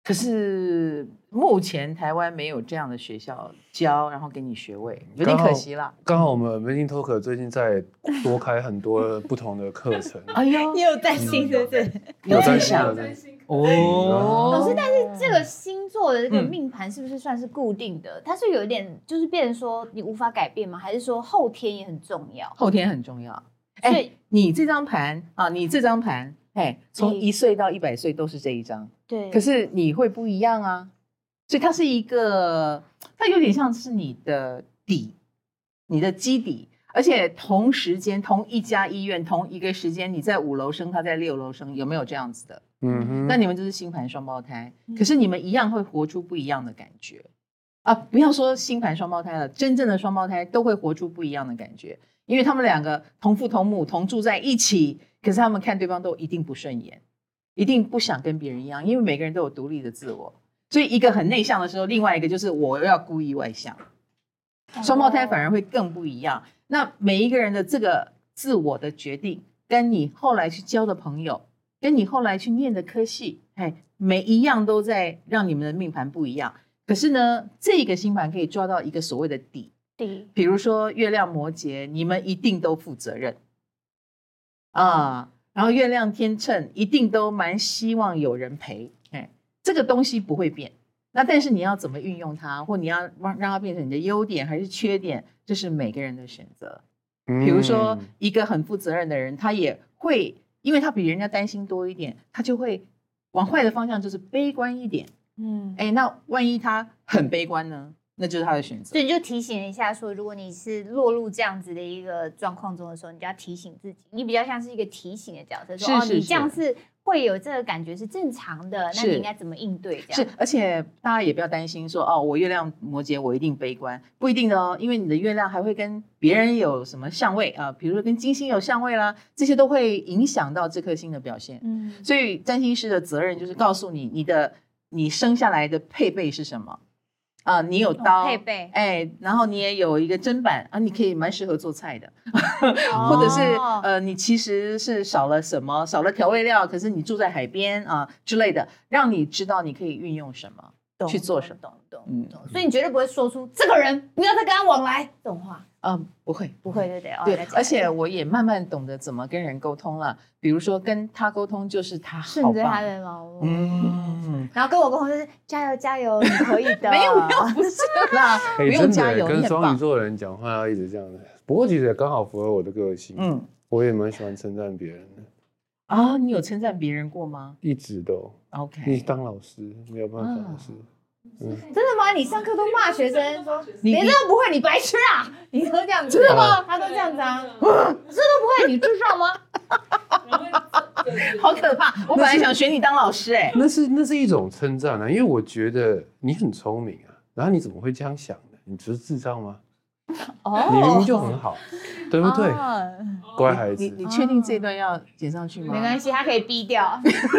可是目前台湾没有这样的学校教，然后给你学位，有点可惜啦。 刚好我们 Amazing Talker 最近在多开很多不同的课程。 哎呦， 你有担心是不是？ 有在想哦。 老师，但是这个星座的这个命盘是不是算是固定的？它是有一点就是变成说你无法改变吗？还是说后天也很重要？ 后天很重要。 所以、 欸、你这张盘啊，你这张盘，哎，从一岁到一百岁都是这一张。 对。 可是你会不一样啊，所以它是一个，它有点像是你的底，你的基底，而且同时间同一家医院同一个时间，你在五楼生，他在六楼生，有没有这样子的？嗯哼。那你们就是星盘双胞胎，可是你们一样会活出不一样的感觉啊！不要说星盘双胞胎了，真正的双胞胎都会活出不一样的感觉。因为他们两个同父同母同住在一起，可是他们看对方都一定不顺眼，一定不想跟别人一样，因为每个人都有独立的自我，所以一个很内向的时候，另外一个就是我要故意外向，双胞胎反而会更不一样。那每一个人的这个自我的决定，跟你后来去交的朋友，跟你后来去念的科系，哎，每一样都在让你们的命盘不一样。可是呢，这个星盘可以抓到一个所谓的底。比如说月亮摩羯，你们一定都负责任啊，然后月亮天秤一定都蛮希望有人陪，哎，这个东西不会变。那但是你要怎么运用它，或你要让它变成你的优点还是缺点，这是每个人的选择。比如说一个很负责任的人，他也会因为他比人家担心多一点，他就会往坏的方向，就是悲观一点。嗯，哎，那万一他很悲观呢？那就是他的选择。 所以你就提醒一下说，如果你是落入这样子的一个状况中的时候，你就要提醒自己，你比较像是一个提醒的角色，说是是是哦，你这样是会有这个感觉是正常的，那你应该怎么应对？这样是，而且大家也不要担心说哦，我月亮摩羯，我一定悲观，不一定的哦，因为你的月亮还会跟别人有什么相位啊、呃，比如说跟金星有相位啦，这些都会影响到这颗星的表现。嗯，所以占星师的责任就是告诉你，你的你生下来的配备是什么。啊、呃，你有刀， 配备， 哎，然后你也有一个砧板啊，你可以蛮适合做菜的，哦、或者是呃，你其实是少了什么，少了调味料，可是你住在海边啊、呃、之类的，让你知道你可以运用什么去做什么， 懂懂懂懂，所以你绝对不会说出这个人不要再跟他往来这种话。 嗯，不会， 不会，对对对，对，而且我也慢慢懂得怎么跟人沟通了。比如说跟他沟通，就是他好顺着他的毛，嗯，然后跟我沟通就是加油加油，你可以的。 没有没有，不是啦，不用加油。 跟双鱼座的人讲话要一直这样的，不过其实也刚好符合我的个性。嗯，我也蛮喜欢称赞别人的。 啊，你有称赞别人过吗？ 一直都。 OK， 你当老师没有办法的事。 嗯、真的吗？你上课都骂学生说你这都不会，你白痴啊！你都这样子，真的吗？他都这样子啊，这都不会，你智障吗？ 好可怕！我本来想选你当老师、欸，哎， 那是那是一种称赞啊，因为我觉得你很聪明啊，然后你怎么会这样想呢？你只是智障吗？哦，你明明就很好，对不对？哦、乖孩子， 你你确定这一段要剪上去吗？ 没关系，他可以逼掉。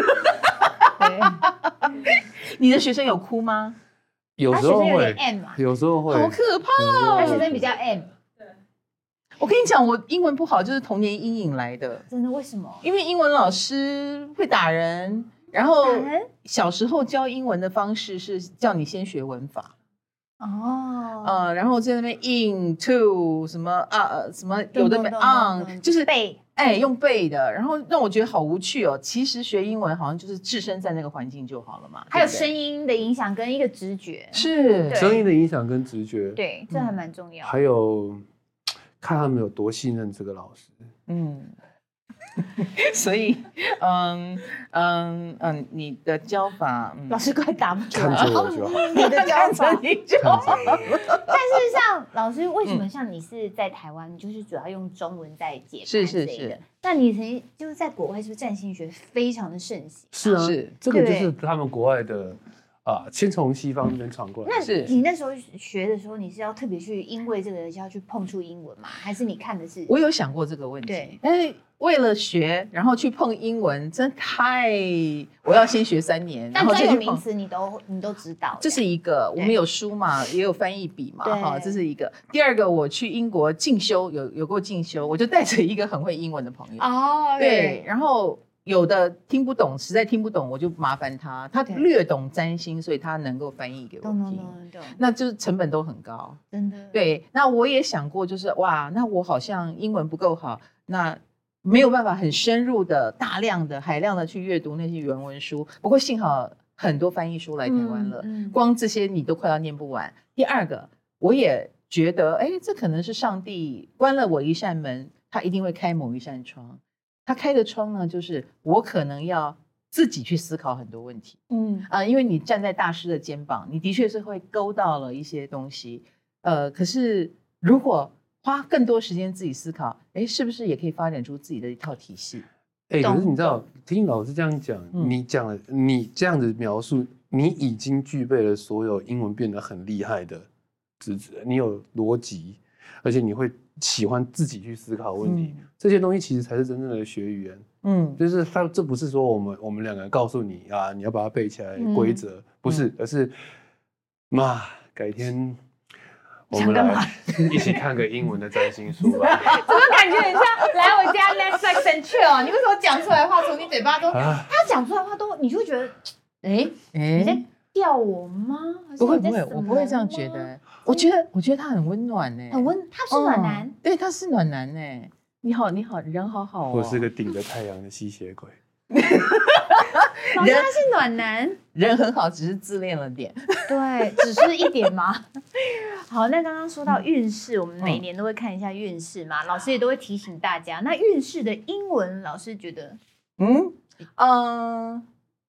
你的学生有哭吗？ 有时候会， 有点 M 嘛， 有时候会， 好可怕哦！ 他学生比较 M。对， 我跟你讲，我英文不好就是童年阴影来的。 真的？为什么？ 因为英文老师会打人，然后小时候教英文的方式是叫你先学文法。哦，呃，然后在那边 in to 什么啊什么有的没 on 就是背。 哎，用背的，然后让我觉得好无趣哦。其实学英文好像就是置身在那个环境就好了嘛。 还有声音的影响跟一个直觉， 是声音的影响跟直觉， 对，这还蛮重要。 还有看他们有多信任这个老师，嗯。 所以，嗯嗯嗯，你的教法， 嗯、老师快打不出来，看着我就好。 你的教法你就好。 但是像老师，为什么像你是在台湾，你就是主要用中文在解盘是是是。 那你曾经就是在国外，是不是占星学非常的盛行？ 是啊，是这个就是他们国外的。啊，先从西方那边传过来。 那你那时候学的时候，你是要特别去因为这个要去碰触英文吗？还是你看的是？ 我有想过这个问题， 对， 但是为了学，然后去碰英文，真太……我要先学三年，然后这个名词你都你都知道。 这是一个，我们有书嘛，也有翻译笔嘛，哈，这是一个。第二个，我去英国进修，有有过进修，我就带着一个很会英文的朋友。哦，对，然后。 有的听不懂，实在听不懂，我就麻烦他。他略懂占星，所以他能够翻译给我听。那就是成本都很高， 真的。 对，那我也想过，就是哇，那我好像英文不够好，那没有办法很深入的、大量的、海量的去阅读那些原文书。不过幸好很多翻译书来台湾了，嗯嗯、光这些你都快要念不完。第二个，我也觉得，哎，这可能是上帝关了我一扇门，他一定会开某一扇窗。他开的窗呢，就是我可能要自己去思考很多问题，嗯啊、呃，因为你站在大师的肩膀，你的确是会勾到了一些东西，呃，可是如果花更多时间自己思考，哎，是不是也可以发展出自己的一套体系？ 哎，可是你知道，听老师这样讲，嗯、你讲了，你这样子描述，你已经具备了所有英文变得很厉害的资质，你有逻辑，而且你会喜欢自己去思考问题，嗯、这些东西其实才是真正的学语言。嗯，就是他这不是说我们我们两个人告诉你啊，你要把它背起来规则，嗯、不是，而是妈改天。我们来一起看个英文的占星书吧。 怎么感觉很像来我家 Netflix and chill？ 你为什么讲出来的话从你嘴巴中，啊、他讲出来的话都，你就会觉得，哎哎，你在吊我吗？ 不会不会，我不会这样觉得。我觉得我觉得他很温暖呢， 很温，他是暖男， 哦、对，他是暖男呢。你好你好，人好好哦。 我是个顶着太阳的吸血鬼。 老师他是暖男， 人很好，只是自恋了点。 对，只是一点吗？好，那刚刚说到运势，我们每年都会看一下运势嘛，嗯、老师也都会提醒大家。那运势的英文，老师觉得， 嗯嗯，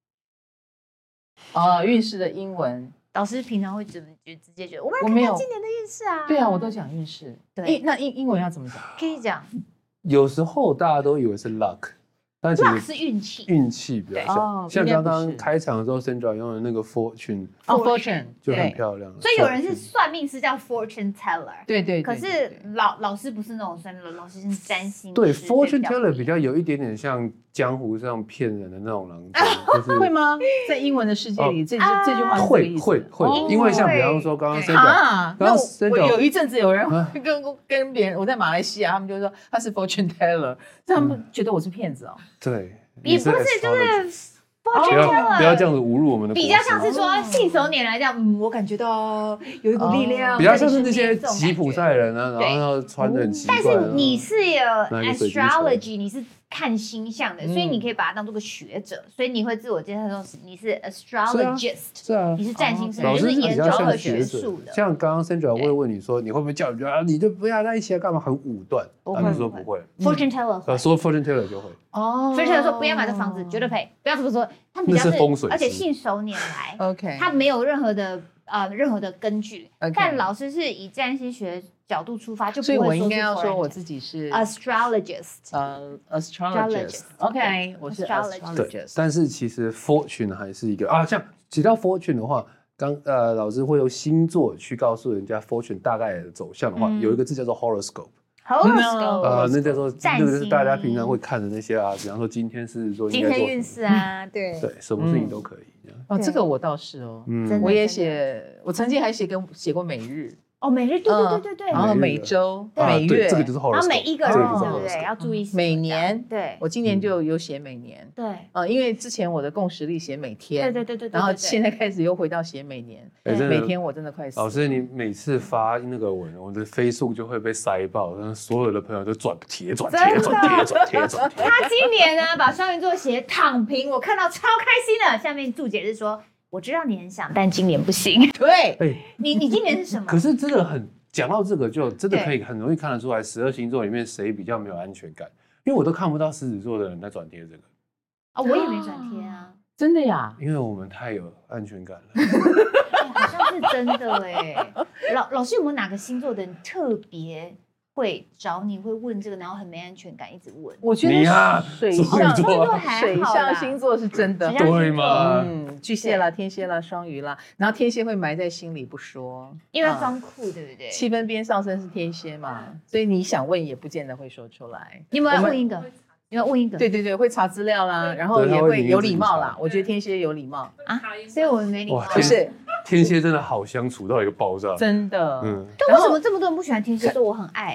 呃，运势的英文， 老师平常会怎么觉直接觉得，我们要看看今年的运势啊？ 对啊，我都讲运势。对，那英英文要怎么讲？ 可以讲。 有时候大家都以为是 luck。但其实 luck 是运气， 运气比较像，像刚刚开场的时候 ，Sandra 用的那个 fortune， 哦 fortune 就很漂亮。 所以有人是算命师叫 fortune teller， 对对。 可是老老师不是那种算命，老师是占星。 对 fortune teller 比较有一点点像江湖上骗人的那种郎中，就是会吗？在英文的世界里，这这句话会会会，因为像比方说刚刚 Sandra， 刚刚 Sandra 有一阵子有人会跟跟别人，我在马来西亚，他们就说他是 fortune teller， 他们觉得我是骗子哦。 对， 也不是，就是不要不要这样子侮辱我们的。 比较像是说信手拈来这样，嗯，我感觉到有一股力量。 比较像是那些吉普赛人啊，然后要穿的很奇怪。 但是你是有 astrology， 你是看星象的，所以你可以把它当做个学者，所以你会自我介绍说你是 astrologist， 是啊， 你是占星师， 老师是研究了学术的。 像刚刚 Sandra 会问你说，你会不会叫人啊？你就不要在一起干嘛？很武断。啊，你说不会 ，fortune teller， 呃，说 fortune teller 就会。 哦 ，fortune teller 说不要买这房子，绝对赔，不要这么说。他们比较是风水，而且信手拈来。 OK， 他没有任何的呃任何的根据。但老师是以占星学角度出发，就不会说。 所以我应该要说我自己是 astrologist， 呃 ，astrologist。OK， 我是 astrologist。 对，但是其实 fortune 还是一个啊，像提到 fortune 的话，刚呃老师会用星座去告诉人家 fortune 大概的走向的话，有一个字叫做 horoscope。horoscope， 呃，那叫做那个是大家平常会看的那些啊，比方说今天是说今天运势啊，对对，什么事情都可以。 哦，这个我倒是哦，嗯，我也写，我曾经还写跟写过每日。 哦，每日，对对对对对， 然后每周、每月， 这个就是 horoscope， 然后每一个人对不对？要注意每年， 对， 我今年就有写每年， 对， 呃，因为之前我的共识力写每天， 对对对对， 然后现在开始又回到写每年，每天我真的快死。 老师，你每次发那个文，我的飞速就会被塞爆，然后所有的朋友都转贴、转贴、转贴、转贴、转贴。 他今年呢，把双鱼座写躺平，我看到超开心的。下面注解是说，我知道你很想，但今年不行。 对， 你你今年是什么？ 可是真的很。讲到这个，就真的可以很容易看得出来，十二星座里面谁比较没有安全感，因为我都看不到狮子座的人在转贴这个。 啊、哦，我也没转贴啊， 真的呀？ 因为我们太有安全感了。 欸、好像是真的哎。老老师有没有哪个星座的人特别会找你，会问这个，然后很没安全感，一直问？ 我觉得水象水象星座是真的， 对吗？ 嗯，巨蟹啦、天蝎啦、双鱼啦，然后天蝎会埋在心里不说， 因为装酷，对不对？ 七分边上升是天蝎嘛，所以你想问也不见得会说出来。 你有没有问一个？你要问一个？ 对对对，会查资料啦，然后也会有礼貌啦。我觉得天蝎有礼貌啊，所以我们没礼貌。 不是。 天蝎真的好相处到一个爆炸， 真的。嗯， 但为什么这么多人不喜欢天蝎座？我很爱哎、欸。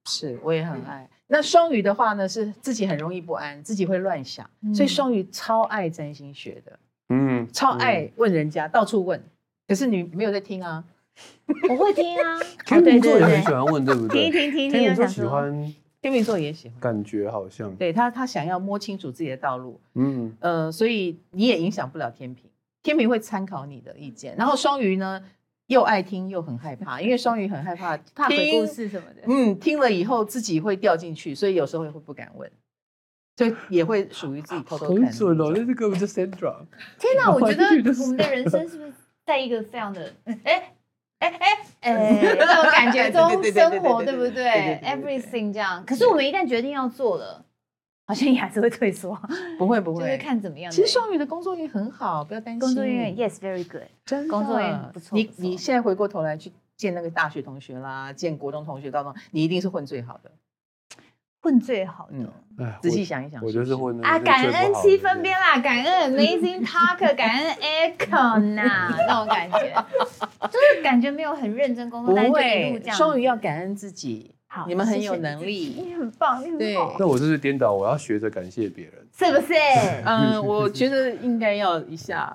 是，我也很爱。那双鱼的话呢，是自己很容易不安，自己会乱想，嗯、所以双鱼超爱占星学的，嗯，超爱问人家，到处问。可是你没有在听啊？ 我会听啊。 天秤座也很喜欢问，对不听对？ 听听听。 天秤座喜欢， 天秤座也喜欢， 感觉好像对他，他想要摸清楚自己的道路，嗯，呃，所以你也影响不了天秤，天秤会参考你的意见，然后双鱼呢？又爱听又很害怕，因为双鱼很害怕怕鬼故事什么的。 嗯，听了以后自己会掉进去，所以有时候会不敢问，就也会属于自己偷偷看。 很准哦，那这根本就 Sandra。 天哪，我觉得我们的人生是不是在一个非常的哎哎哎哎那种感觉中生活，对不对 ？Everything 这样。可是我们一旦决定要做了。好像也还是会退缩， 不会不会， 就是看怎么样。 其实双鱼的工作运很好，不要担心。 工作运 yes very good， 真的工作运不错。 你你现在回过头来去见那个大学同学啦，见国中同学、高中，你一定是混最好的， 混最好的。 嗯，仔细想一想， 我就是混啊，感恩七分边啦，感恩 Amazing Talker， 感恩 Echo 呐，那种感觉，就是感觉没有很认真工作，但就一路这样。 双鱼要感恩自己。你们很有能力， 你很棒，你很好。 那我就是颠倒，我要学着感谢别人， 是不是？ 嗯，我觉得应该要一下。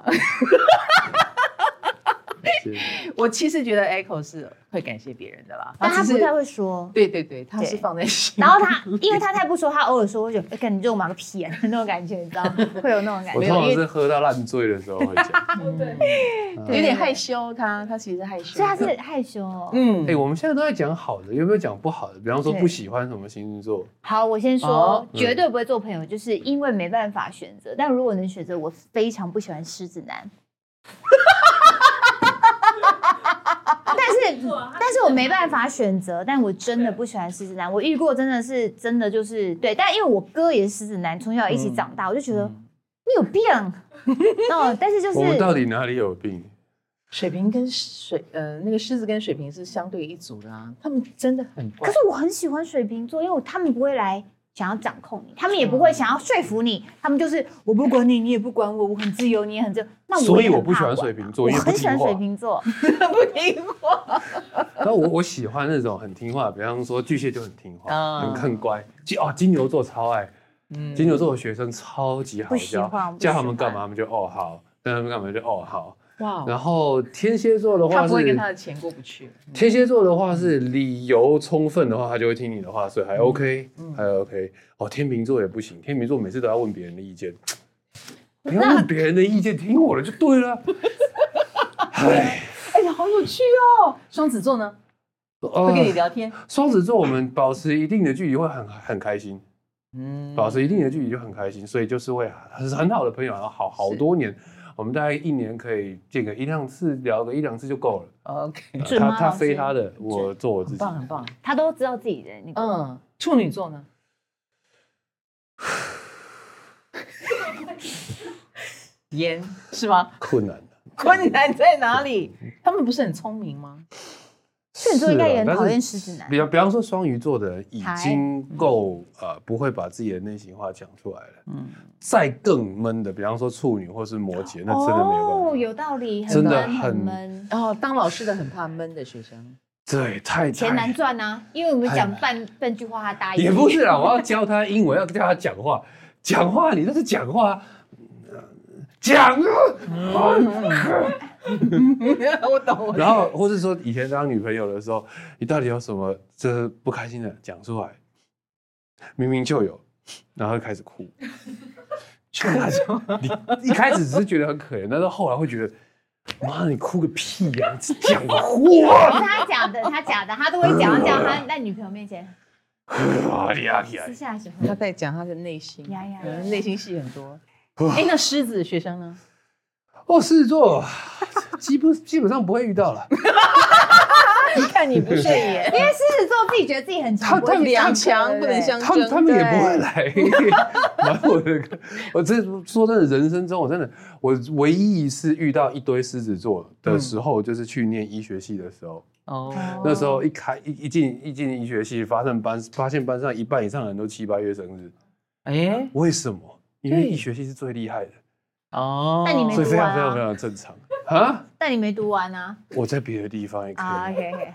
我其实觉得 Echo 是会感谢别人的啦， 但他不太会说。 对对对，他是放在心。 然后他，因为他太不说，他偶尔说，我就感觉肉麻个屁啊那种感觉，你知道吗？会有那种感觉。 我通常是喝到烂醉的时候会讲， 对，有点害羞。他他其实害羞， 所以他是害羞哦。 嗯，哎，我们现在都在讲好的，有没有讲不好的？比方说不喜欢什么星座？ 好，我先说，绝对不会做朋友，就是因为没办法选择。但如果能选择，我非常不喜欢狮子男。但是，但是我没办法选择，但我真的不喜欢狮子男。我遇过真的是真的就是对，但因为我哥也是狮子男，从小一起长大，嗯、我就觉得、嗯、你有病。哦，但是就是我们到底哪里有病？ 水瓶跟水呃那个狮子跟水瓶是相对一组的啊，他们真的很怪。 可是我很喜欢水瓶座，因为他们不会来想要掌控你，他们也不会想要说服你，他们就是我不管你，你也不管我，我很自由，你也很自由。那我所以我不喜欢水瓶座， 我很喜欢水瓶座， 不听话。 然后我我喜欢那种很听话，比方说巨蟹就很听话，嗯、很很乖。哦，金牛座超爱，嗯、金牛座的学生超级好教，叫他们干嘛他们就哦好，叫他们干嘛就哦好。哇！然后天蝎座的话是， 他不会跟他的钱过不去。 天蝎座的话是理由充分的话，他就会听你的话，所以还 OK，、嗯、还 OK。哦，天秤座也不行，天秤座每次都要问别人的意见，不要问别人的意见，听我的就对了。 哎，哎呀，好有趣哦！双子座呢？呃、会跟你聊天。 双子座我们保持一定的距离会很很开心，嗯，保持一定的距离就很开心，所以就是会很很好的朋友，然后好好多年。我们大概一年可以见个一两次，聊个一两次就够了。 OK，、呃、 他他飞他的，我做我自己。 很棒很棒， 他都知道自己的那个。 嗯，处女座呢？烟是吗？ 困难的。 困难在哪里？他们不是很聪明吗？ 处女座应该也很讨厌狮子男。 比方比方说双鱼座的人已经够呃不会把自己的内心话讲出来了。嗯，再更闷的，比方说处女或是摩羯，那真的没有办法。 哦，有道理， 真的很闷。 然后当老师的很怕闷的学生。 对，太钱难赚啊，因为我们讲半半句话他答应。 也不是啦，我要教他英文，要教他讲话。讲话，你这是讲话。讲啊！ 我懂。 然后，或是说以前当女朋友的时候，你到底有什么这不开心的讲出来？明明就有，然后开始哭。你一开始只是觉得很可怜，但是后来会觉得，妈，你哭个屁呀！你讲话。 是他讲的，他讲的，他都会讲到讲他在女朋友面前。私下的时候， 他在讲他的内心，内心戏很多。哎，那狮子学生呢？ 哦，狮子座基本基本上不会遇到了。 一看你不顺眼， 因为狮子座自己觉得自己很强， 他两强不能相争， 他们他们也不会来。然后我的，我这说真的，人生中我真的我唯一一次遇到一堆狮子座的时候，就是去念医学系的时候。哦，那时候一开一一进一进医学系，发现班发现班上一半以上的人都七八月生日。哎，为什么？因为医学系是最厉害的哦，但你没读完、啊， 所以非常非常非常正常啊。 但你没读完啊？ 我在别的地方也可以。 啊 ，OK OK 好。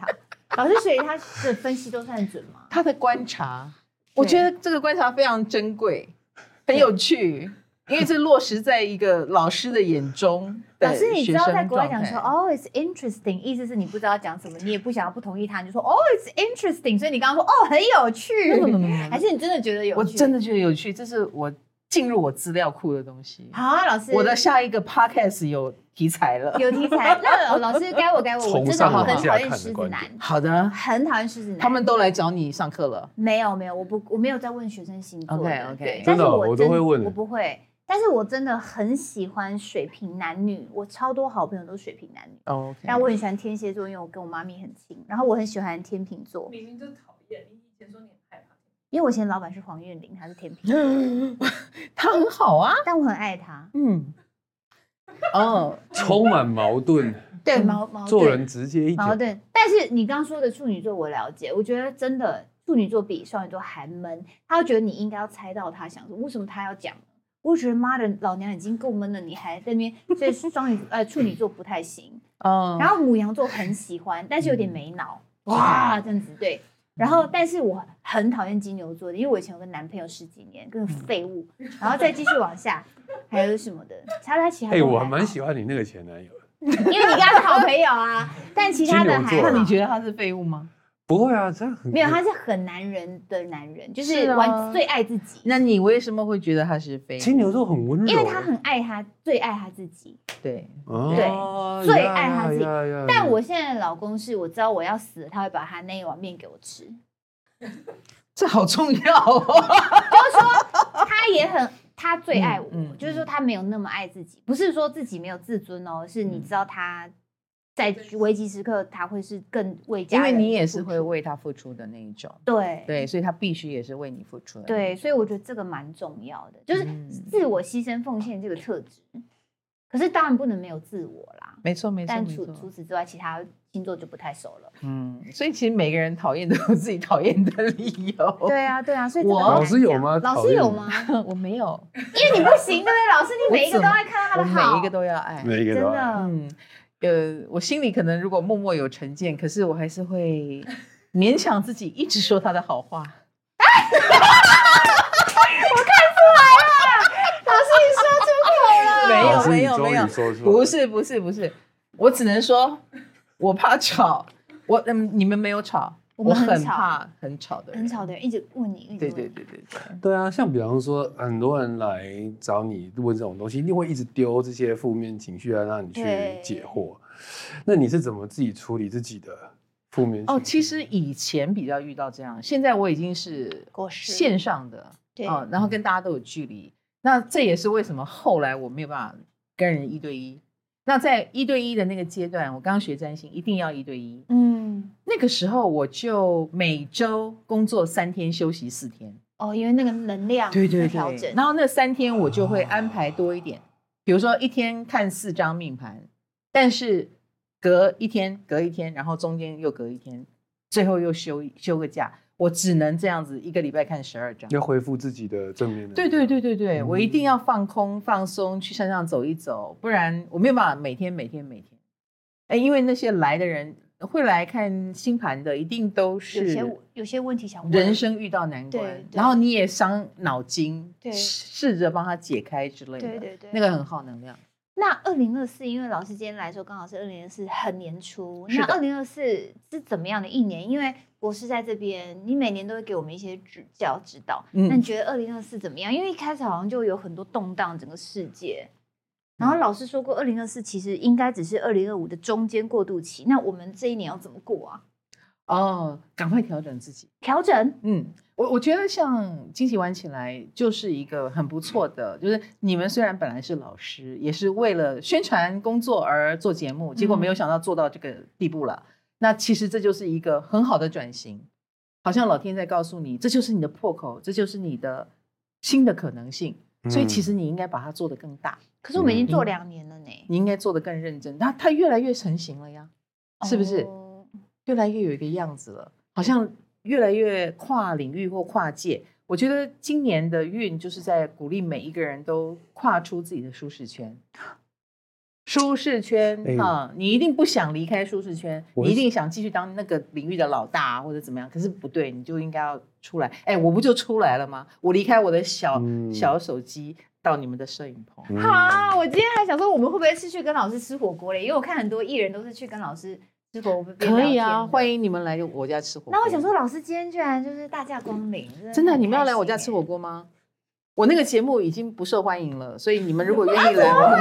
老师，所以他的分析都算准吗？ 他的观察，我觉得这个观察非常珍贵，很有趣。因为这落实在一个老师的眼中的老师，你知道在国外讲说哦 ，Oh, it's interesting， 意思是你不知道讲什么，你也不想要不同意他，你就说 Oh, it's interesting。所以你刚刚说哦，很有趣，还是你真的觉得有趣？ 我真的觉得有趣，这是我进入我资料库的东西。 好啊，老师， 我的下一个 podcast 有题材了， 有题材。那老师该我该我，我真的很讨厌狮子男。 好的， 很讨厌狮子男。 他们都来找你上课了？ 没有没有，我不我没有在问学生星座。 OK OK， 但是我我都会问， 我不会。但是我真的很喜欢水瓶男女，我超多好朋友都是水瓶男女。 哦， 但我很喜欢天蝎座，因为我跟我妈咪很亲。然后我很喜欢天秤座。 明明就讨厌，你以前说你很害怕。 因为我以前老板是黄韵玲，他是天秤座， 他很好啊， 但我很爱他。 嗯，哦， 充满矛盾。 对，矛矛盾， 做人直接一点。 矛盾。但是你刚刚说的处女座，我了解，我觉得真的处女座比双鱼座还闷，他会觉得你应该要猜到他想说，为什么他要讲？我觉得妈的，老娘已经够闷了，你还在那边，所以双鱼呃处女座不太行。哦。然后牡羊座很喜欢，但是有点没脑，哇，这样子对。然后，但是我很讨厌金牛座的，因为我以前有个男朋友十几年，跟个废物。然后再继续往下，还有什么的？其他其他哎，我还蛮喜欢你那个前男友的， 因为你跟他是好朋友啊。但其他的还好。 那你觉得他是废物吗？ 不会啊，这样很没有，他是很男人的男人，就是玩最爱自己。 那你为什么会觉得他是废物？ 金牛座很温柔， 因为他很爱他，最爱他自己。 对对，最爱他自己。但我现在的老公是我知道我要死了，他会把他那一碗面给我吃。 这好重要哦。 就是说，他也很，他最爱我，嗯嗯、就是说他没有那么爱自己，不是说自己没有自尊哦，是你知道他。在危急时刻，他会是更为家人， 因为你也是会为他付出的那一种， 对对，所以他必须也是为你付出的， 对，所以我觉得这个蛮重要的，就是自我牺牲奉献这个特质。嗯、可是当然不能没有自我啦， 没错没错。 但除除此之外，其他星座就不太熟了。 嗯，所以其实每个人讨厌都有自己讨厌的理由。 对啊对啊，所以我老师有吗？ 老师有吗？ 我没有， 因为你不行，对不对？老师你每一个都爱看到他的好， 每一个都要爱， 每一个都爱。 嗯。呃，我心里可能如果默默有成见，可是我还是会勉强自己一直说他的好话。 我看出来了，老师你说出口了。 没有没有没有，不是不是不是，我只能说，我怕吵，我嗯，你们没有吵。我很怕很吵的人， 很吵的人一直问你，一直问你。 对对对对对。 对啊，像比方说，很多人来找你问这种东西，一定会一直丢这些负面情绪啊，让你去解惑。那你是怎么自己处理自己的负面情绪？ 哦，其实以前比较遇到这样，现在我已经是线上的， 对、 哦，然后跟大家都有距离。那这也是为什么后来我没有办法跟人一对一。那在一对一的那个阶段，我刚刚学占星，一定要一对一。嗯，那个时候我就每周工作三天，休息四天。 哦，因为那个能量对对调整。 然后那三天我就会安排多一点，比如说一天看四张命盘，但是隔一天隔一天，然后中间又隔一天，最后又休休个假。我只能这样子一个礼拜看十二张， 要恢复自己的正面能量。 对对对对对、嗯，我一定要放空放松，去山上走一走，不然我没有办法每天每天每天。哎，因为那些来的人会来看星盘的，一定都是有些有些问题想问， 人生遇到难关，然后你也伤脑筋，试着帮他解开之类的， 对对对， 那个很耗能量。 那二零二四，因为老师今天来说刚好是二零二四很年初，那二零二四是怎么样的一年？因为博士在这边，你每年都会给我们一些指教指导。嗯、那你觉得二零二四怎么样？因为一开始好像就有很多动荡，整个世界。然后老师说过，二零二四其实应该只是二零二五的中间过渡期。那我们这一年要怎么过啊？ 哦，赶快调整自己， 调整。 嗯，我我觉得像惊喜玩起来就是一个很不错的，就是你们虽然本来是老师，也是为了宣传工作而做节目，结果没有想到做到这个地步了。嗯、那其实这就是一个很好的转型，好像老天在告诉你，这就是你的破口，这就是你的新的可能性。嗯、所以其实你应该把它做得更大。 可是我们已经做两年了呢， 嗯、你应该做得更认真。它它越来越成型了呀，是不是？哦，越来越有一个样子了，好像越来越跨领域或跨界。我觉得今年的运就是在鼓励每一个人都跨出自己的舒适圈。 舒适圈哎啊、你一定不想离开舒适圈， 我你一定想继续当那个领域的老大或者怎么样。可是不对，你就应该要出来。哎，我不就出来了吗？我离开我的小、 嗯小手机，到你们的摄影棚。 嗯好，我今天还想说，我们会不会是去跟老师吃火锅嘞？因为我看很多艺人都是去跟老师吃火锅。 可以啊，欢迎。 迎你们来我家吃火锅。 那我想说，老师今天居然就是大驾光临， 真的， 很你们要来我家开心吃火锅吗？我那个节目已经不受欢迎了，所以你们如果愿意来，我很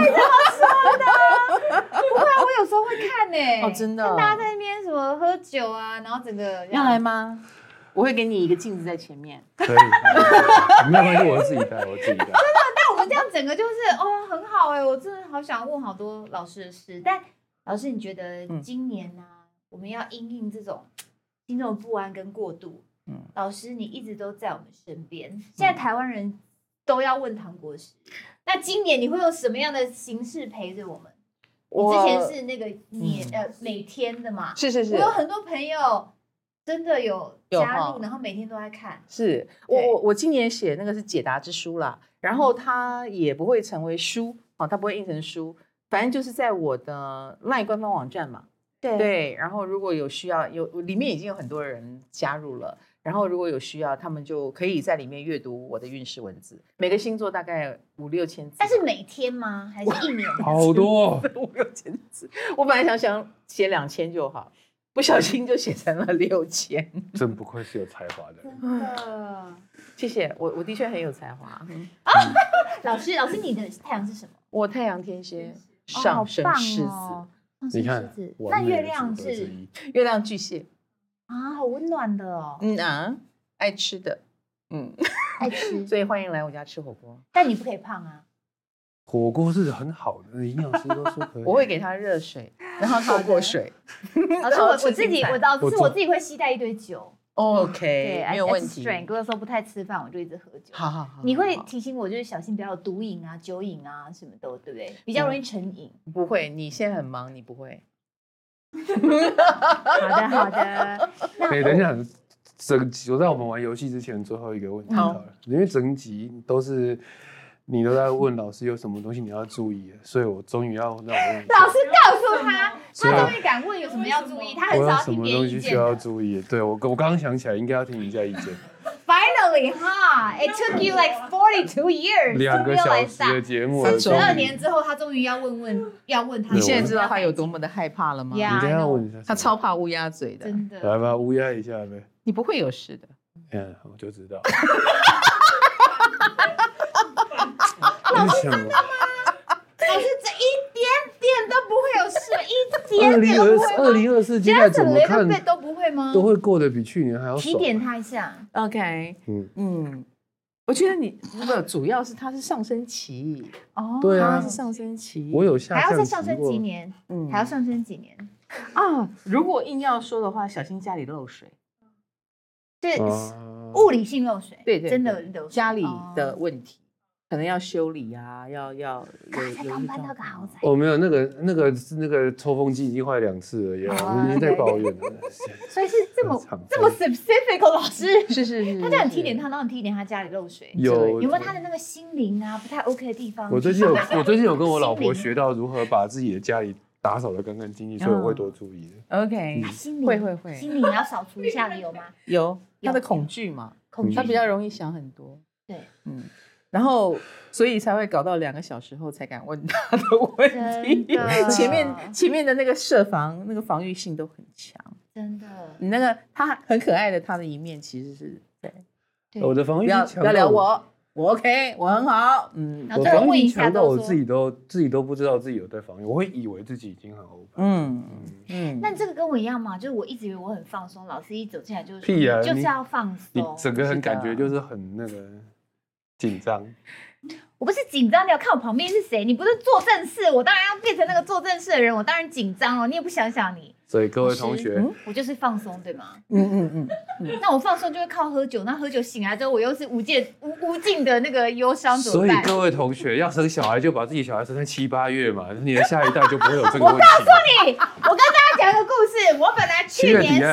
不会啊，我有时候会看呢、 哦真的看大家在那边什么喝酒啊，然后整个要来吗？我会给你一个镜子在前面。 可以，没有关系，我自己带，我自己带。 但我们这样整个就是哦很好哎、我真的好想问好多老师的事。但老师，你觉得今年呢、啊，我们要因应这种心中的不安跟过度？嗯，老师你一直都在我们身边，现在台湾人都要问唐国师。那今年你会用什么样的形式陪着我们？你之前是那个年、呃每天的嘛？ 是是是， 我有很多朋友真的有加有入，然后每天都在看。 是我我我今年写那个是解答之书啦，然后它也不会成为书哦，它不会印成书，反正就是在我的 LINE 官方网站嘛。 对对，然后如果有需要，有里面已经有很多人加入了，然后如果有需要，他们就可以在里面阅读我的运势文字，每个星座大概五六千字， 但是每天吗？还是一年？ 好多， 五六千字。我本来想想写两千就好，不小心就写成了六千。 真不愧是有才华的人。 真的， 谢谢，我我的确很有才华。嗯、 老师，老师，你的太阳是什么？ 我太阳天蝎， 哦上升狮子， 哦你看上升狮子， 完美的那月亮是组合之一月亮巨蟹。 啊，好温暖的哦， 嗯啊，爱吃的，嗯， 爱吃， 所以欢迎来我家吃火锅。 但你不可以胖啊。 火锅是很好的，营养师都说可以。 我会给他热水，让他透过水。 老师，我我自己我老我师我自己会携带一堆酒。 OK， 对， 没有问题。 有的时候不太吃饭，我就一直喝酒。 好好好， 你会提醒我，就是小心不要有毒瘾啊、酒瘾啊，什么都对不对？比较容易成瘾。 不会，你现在很忙，你不会。 好的，好的。 可以等一下，整集我在我们玩游戏之前最后一个问题好了，因为整集都是你都在问老师有什么东西你要注意的，所以我终于要让我问老师告诉他，他终于敢问有什么要注意，他很我有少听什么东别人意见西需要注意的。对我我刚刚想起来应该要听一下意见。 Finally, huh? It took you like forty-two years 两 to 个小 realize 时的 that. 节目， 十二年之后，他终于要问问，要问他。 你现在知道他有多么的害怕了吗？ 你等一下问一下， 他超怕乌鸦嘴的， 真的。 来吧，乌鸦一下呗。 你不会有事的。 嗯，我就知道。老师真的吗？ 老师这一点点都不会有事，一点二零二点都不会吗。 二零二四接下来怎么看都不会吗？ 都会过得比去年还要爽。 提点他一下。 OK， 嗯嗯，我觉得你如果主要是它是上升期哦， 对啊它是上升期， 我有下还要再象上升棋过几年？ 嗯还要上升几年？ 啊。如果硬要说的话，小心家里漏水。 对， 啊物理性漏水， 对对， 真的对漏水家里哦的问题，可能要修理啊，要要有才有一刚搬到个种豪宅， 哦，没有那个那个是那个抽风机已经坏两次了，也哦已经在抱怨了。 所以是这么很常这么 specific 哦，老师。 是是是， 他就很提点他，然后很提点他家里漏水， 有有没有他的那个心灵啊不太 OK 的地方？ 我最近有我最近有跟我老婆心灵学到如何把自己的家里打扫得干干净净，所以我会多注意的。 OK， 他心灵会会会心灵也要扫除一下，你有吗？ 有有他的恐惧嘛， 恐惧他比较容易想很多， 对， 嗯，然后所以才会搞到两个小时后才敢问他的问题真的， 前面前面的那个设防那个防御性都很强， 真的。 你那个他很可爱的他的一面其实是对， 对我的防御不要力强不要聊到我，我 OK， 我很好，嗯然后最后我防御力问一下强到我都说自己都自己都不知道自己有在防御，我会以为自己已经很 open。 嗯嗯， 那这个跟我一样嘛，就是我一直以为我很放松，老师一走进来就是说屁啊你就是要放你松。 整个很感觉是的就是很那个紧张。 我不是紧张，你要看我旁边是谁？你不是坐正式，我当然要变成那个坐正式的人，我当然紧张哦。你也不想想你， 所以各位同学， 嗯我就是放松，对吗？ 嗯嗯嗯， 那我放松就会靠喝酒，那喝酒醒来之后，我又是无尽无无尽的那个忧伤，怎么办？ 所以各位同学要生小孩就把自己小孩生在七八月嘛，你的下一代就不会有这个问题。 我告诉你，我跟大家讲一个故事。我本来去七月底年哎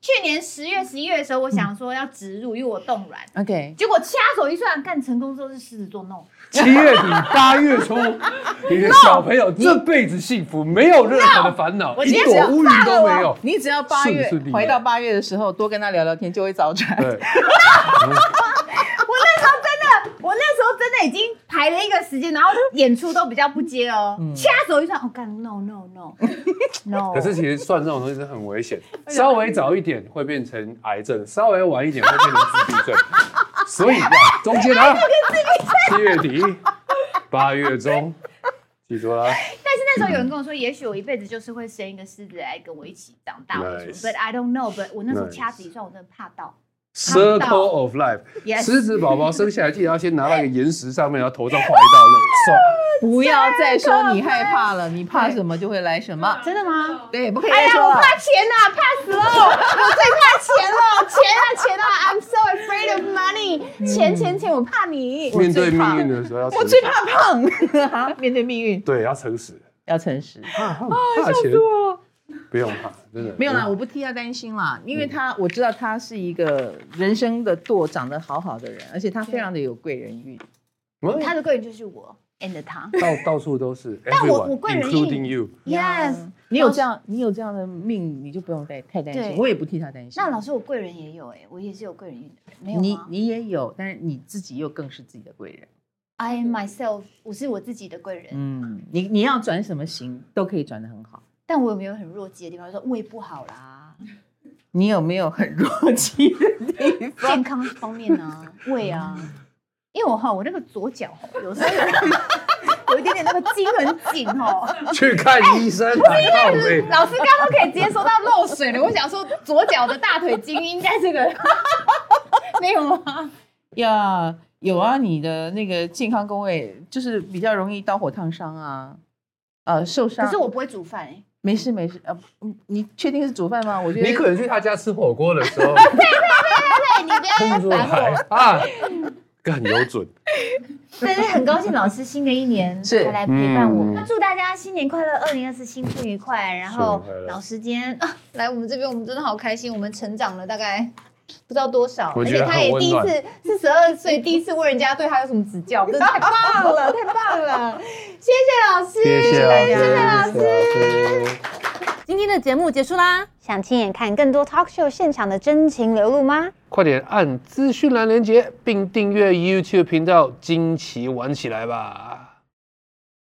去年十月、十一月的时候，我想说要植入，因为我冻卵。 OK， 结果掐手一算，干成功之后是狮子座 no。 七月底八月初，你的小朋友这辈子幸福，没有任何的烦恼， no, 一朵乌云都没有。 你只要八月怀到八月的时候，多跟他聊聊天，就会早产。 对。 我那时候真的，我那时候真的已经排了一个时间，然后演出都比较不接哦，掐手一算，哦干 no no no no。 可是其实算这种东西是很危险，稍微早一点会变成癌症，稍微晚一点会变成自闭症，所以要中间啊，七月底、八月中，记住了。 但是那时候有人跟我说，也许我一辈子就是会生一个狮子来跟我一起长大。Nice. But I don't know. But 我那时候掐指一算，我真的怕到。 Circle of life， yes. 狮子宝宝生下来记得要先拿到一个岩石上面，然后头上画一道那不要再说你害怕了，你怕什么就会来什么。 真的吗？ 对，不可以再说了。哎呀，我怕钱呐，怕死了！我最怕钱了，钱啊钱啊 ！I'm so afraid of money。钱钱钱，我怕你。 面对命运的时候要， 我最怕胖。面对命运， 对，要诚实， 要诚实。 怕怕钱。不用怕，真的没有啦，我不替他担心啦，因为他我知道他是一个人生的舵长得好好的人，而且他非常的有贵人运。 他的贵人就是我 and 他， 到到处都是。 但我我贵人运 ，including you。Yes， 你有这样你有这样的命，你就不用太太担心，我也不替他担心。 那老师，我贵人也有哎，我也是有贵人运的人，没有吗？ 你你也有，但是你自己又更是自己的贵人。 I am myself， 我是我自己的贵人。 嗯，你你要转什么型都可以转得很好。 但我有没有很弱鸡的地方？说胃不好啦， 你有没有很弱鸡的地方？ 健康方面呢，胃啊，因为我哈，我那个左脚有时候有有一点点那个筋很紧哦， 去看医生。 哎、不是老师刚刚可以直接说到漏水了，我想说左脚的大腿筋应该这个没有吗？ 呀，有啊，你的那个健康宫位就是比较容易刀火烫伤啊，呃，受伤。 可是我不会煮饭哎、欸。 没事没事，呃，你确定是煮饭吗？我觉得你可能去他家吃火锅的时候， 对对对对对，你不要烦我啊，更有准。 但是很高兴老师新的一年还来陪伴我，那、嗯、祝大家新年快乐，二零二四新春愉快。然后老师今天啊来我们这边，我们真的好开心，我们成长了大概不知道多少，而且他也第一次是十二岁，第一次问人家对他有什么指教，真的太棒了，太棒了！谢谢老师， 谢谢老师，谢谢老师。今天的节目结束啦， 想亲眼看更多 talk show 现场的真情流露吗？ 快点按资讯栏连结，并订阅 YouTube 频道，惊奇玩起来吧！